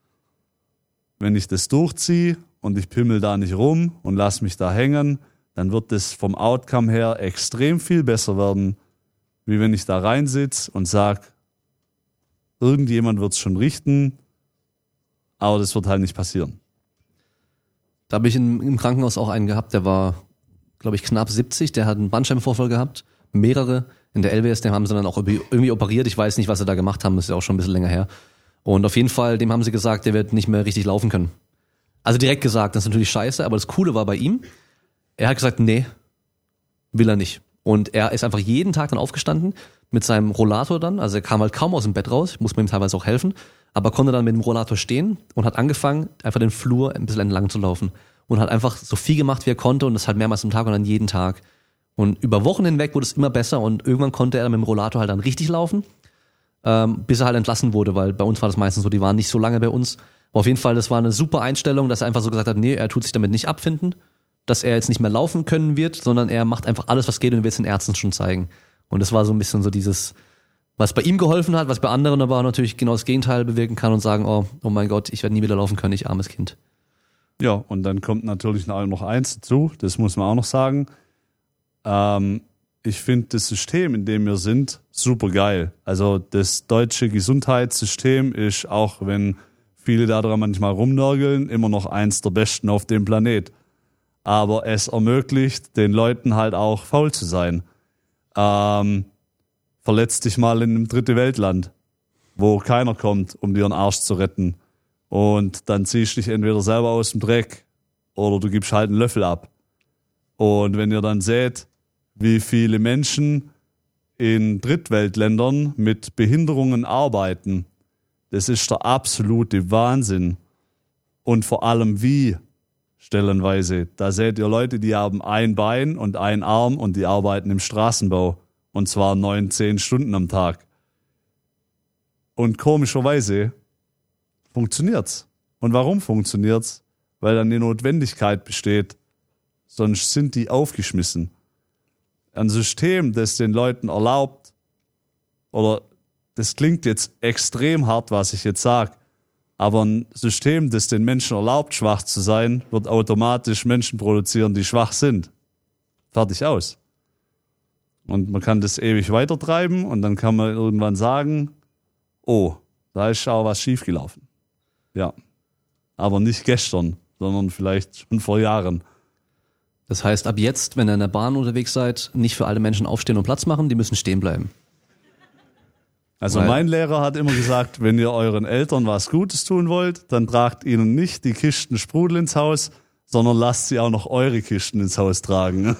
Wenn ich das durchziehe und ich pimmel da nicht rum und lass mich da hängen, dann wird das vom Outcome her extrem viel besser werden, wie wenn ich da reinsitze und sag, irgendjemand wird es schon richten, aber das wird halt nicht passieren. Da habe ich in, im Krankenhaus auch einen gehabt, der war, glaube ich, knapp siebzig, der hat einen Bandscheibenvorfall gehabt, mehrere. In der L W S, den haben sie dann auch irgendwie operiert, ich weiß nicht, was sie da gemacht haben, das ist ja auch schon ein bisschen länger her. Und auf jeden Fall, dem haben sie gesagt, der wird nicht mehr richtig laufen können. Also direkt gesagt, das ist natürlich scheiße, aber das Coole war bei ihm, er hat gesagt, nee, will er nicht. Und er ist einfach jeden Tag dann aufgestanden mit seinem Rollator dann, also er kam halt kaum aus dem Bett raus, ich muss mir ihm teilweise auch helfen, aber konnte dann mit dem Rollator stehen und hat angefangen, einfach den Flur ein bisschen entlang zu laufen und hat einfach so viel gemacht, wie er konnte und das halt mehrmals am Tag und dann jeden Tag. Und über Wochen hinweg wurde es immer besser und irgendwann konnte er mit dem Rollator halt dann richtig laufen, ähm, bis er halt entlassen wurde, weil bei uns war das meistens so, die waren nicht so lange bei uns. Aber auf jeden Fall, das war eine super Einstellung, dass er einfach so gesagt hat, nee, er tut sich damit nicht abfinden, dass er jetzt nicht mehr laufen können wird, sondern er macht einfach alles, was geht und wird es den Ärzten schon zeigen. Und das war so ein bisschen so dieses, was bei ihm geholfen hat, was bei anderen aber auch natürlich genau das Gegenteil bewirken kann und sagen, oh, oh mein Gott, ich werde nie wieder laufen können, ich armes Kind. Ja, und dann kommt natürlich noch eins dazu, das muss man auch noch sagen. Ähm, ich finde das System, in dem wir sind, super geil. Also das deutsche Gesundheitssystem ist, auch wenn viele daran manchmal rumnörgeln, immer noch eins der besten auf dem Planet. Aber es ermöglicht den Leuten halt auch faul zu sein. Ähm, verletz dich mal in einem dritte Weltland, wo keiner kommt, um dir einen Arsch zu retten. Und dann ziehst du dich entweder selber aus dem Dreck oder du gibst halt einen Löffel ab. Und wenn ihr dann seht, wie viele Menschen in Drittweltländern mit Behinderungen arbeiten, das ist der absolute Wahnsinn. Und vor allem wie, stellenweise. Da seht ihr Leute, die haben ein Bein und einen Arm und die arbeiten im Straßenbau. Und zwar neun, zehn Stunden am Tag. Und komischerweise funktioniert's. Und warum funktioniert's? Weil dann die Notwendigkeit besteht. Sonst sind die aufgeschmissen. Ein System, das den Leuten erlaubt, oder das klingt jetzt extrem hart, was ich jetzt sage, aber ein System, das den Menschen erlaubt, schwach zu sein, wird automatisch Menschen produzieren, die schwach sind. Fertig aus. Und man kann das ewig weitertreiben und dann kann man irgendwann sagen, oh, da ist auch was schiefgelaufen. Ja, aber nicht gestern, sondern vielleicht schon vor Jahren. Das heißt, ab jetzt, wenn ihr in der Bahn unterwegs seid, nicht für alle Menschen aufstehen und Platz machen, die müssen stehen bleiben. Also Weil mein Lehrer hat immer gesagt, wenn ihr euren Eltern was Gutes tun wollt, dann tragt ihnen nicht die Kisten Sprudel ins Haus, sondern lasst sie auch noch eure Kisten ins Haus tragen.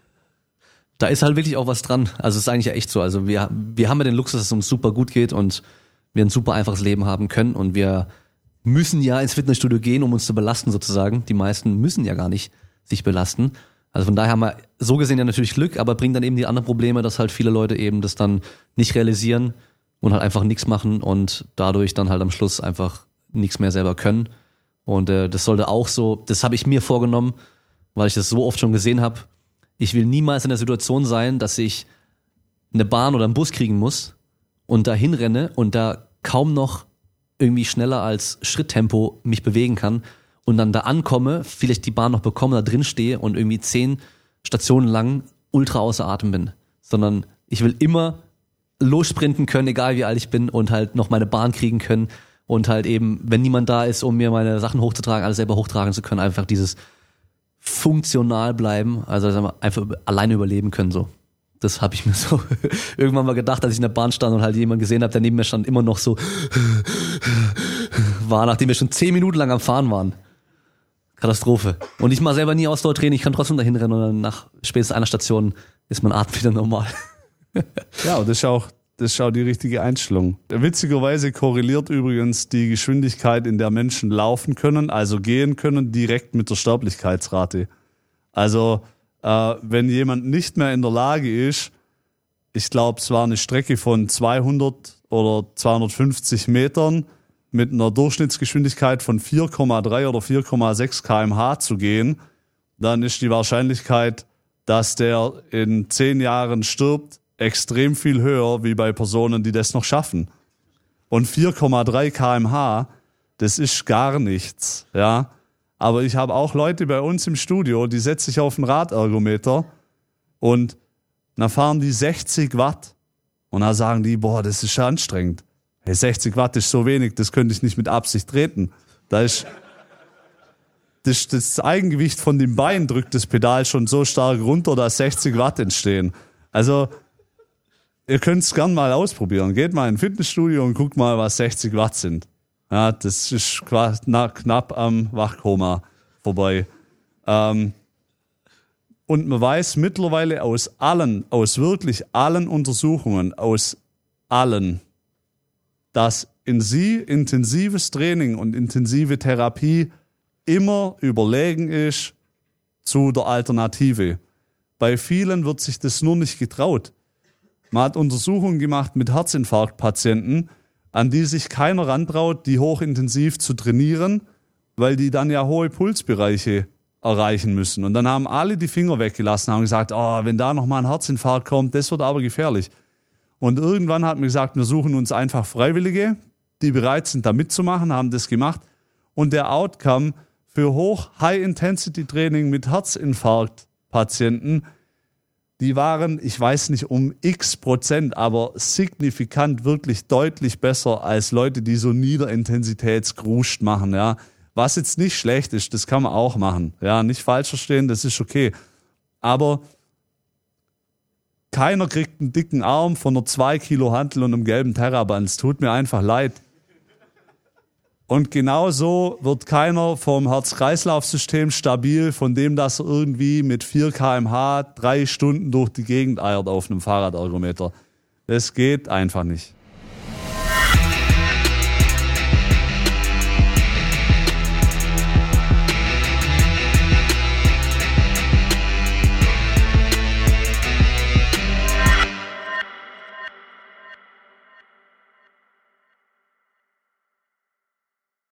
Da ist halt wirklich auch was dran. Also es ist eigentlich ja echt so. Also wir, wir haben ja den Luxus, dass es uns super gut geht und wir ein super einfaches Leben haben können und wir müssen ja ins Fitnessstudio gehen, um uns zu belasten sozusagen. Die meisten müssen ja gar nicht sich belasten. Also von daher haben wir so gesehen ja natürlich Glück, aber bringt dann eben die anderen Probleme, dass halt viele Leute eben das dann nicht realisieren und halt einfach nichts machen und dadurch dann halt am Schluss einfach nichts mehr selber können. Und äh, das sollte auch so, das habe ich mir vorgenommen, weil ich das so oft schon gesehen habe. Ich will niemals in der Situation sein, dass ich eine Bahn oder einen Bus kriegen muss und da hinrenne und da kaum noch irgendwie schneller als Schritttempo mich bewegen kann und dann da ankomme, vielleicht die Bahn noch bekomme, da drin stehe und irgendwie zehn Stationen lang ultra außer Atem bin. Sondern ich will immer lossprinten können, egal wie alt ich bin und halt noch meine Bahn kriegen können und halt eben, wenn niemand da ist, um mir meine Sachen hochzutragen, alles selber hochtragen zu können, einfach dieses funktional bleiben, also einfach alleine überleben können so. Das habe ich mir so irgendwann mal gedacht, als ich in der Bahn stand und halt jemand gesehen habe, der neben mir stand, immer noch so war, nachdem wir schon zehn Minuten lang am Fahren waren. Katastrophe. Und ich mal selber nie Ausdauertraining, ich kann trotzdem dahin rennen und dann nach spätestens einer Station ist mein Atem wieder normal. Ja, und das ist auch, das ist auch die richtige Einstellung. Witzigerweise korreliert übrigens die Geschwindigkeit, in der Menschen laufen können, also gehen können, direkt mit der Sterblichkeitsrate. Also äh, wenn jemand nicht mehr in der Lage ist, ich glaube, es war eine Strecke von zweihundert oder zweihundertfünfzig Metern mit einer Durchschnittsgeschwindigkeit von vier Komma drei oder vier Komma sechs Kilometer pro Stunde zu gehen, dann ist die Wahrscheinlichkeit, dass der in zehn Jahren stirbt, extrem viel höher wie bei Personen, die das noch schaffen. Und vier Komma drei Kilometer pro Stunde, das ist gar nichts, ja. Aber ich habe auch Leute bei uns im Studio, die setzen sich auf den Radergometer und dann fahren die sechzig Watt und dann sagen die, boah, das ist anstrengend. Hey, sechzig Watt ist so wenig, das könnte ich nicht mit Absicht treten. Da ist das, das Eigengewicht von dem Bein drückt das Pedal schon so stark runter, dass sechzig Watt entstehen. Also ihr könnt es gern mal ausprobieren. Geht mal in ein Fitnessstudio und guckt mal, was sechzig Watt sind. Ja, das ist quasi knapp am Wachkoma vorbei. Ähm, und man weiß mittlerweile aus allen, aus wirklich allen Untersuchungen, aus allen, dass in sie intensives Training und intensive Therapie immer überlegen ist zu der Alternative. Bei vielen wird sich das nur nicht getraut. Man hat Untersuchungen gemacht mit Herzinfarktpatienten, an die sich keiner rantraut, die hochintensiv zu trainieren, weil die dann ja hohe Pulsbereiche erreichen müssen. Und dann haben alle die Finger weggelassen, haben gesagt, oh, wenn da nochmal ein Herzinfarkt kommt, das wird aber gefährlich. Und irgendwann hat man gesagt, wir suchen uns einfach Freiwillige, die bereit sind, da mitzumachen, haben das gemacht. Und der Outcome für Hoch-High-Intensity-Training mit Herzinfarktpatienten, die waren, ich weiß nicht, um x Prozent, aber signifikant wirklich deutlich besser als Leute, die so Niederintensitätsgruscht machen, ja. Was jetzt nicht schlecht ist, das kann man auch machen, ja. Nicht falsch verstehen, das ist okay. Aber keiner kriegt einen dicken Arm von einer zwei Kilo Hantel und einem gelben Terraband. Es tut mir einfach leid. Und genauso wird keiner vom Herz-Kreislauf-System stabil, von dem, dass er irgendwie mit vier Kilometer pro Stunde drei Stunden durch die Gegend eiert auf einem Fahrradergometer. Das geht einfach nicht.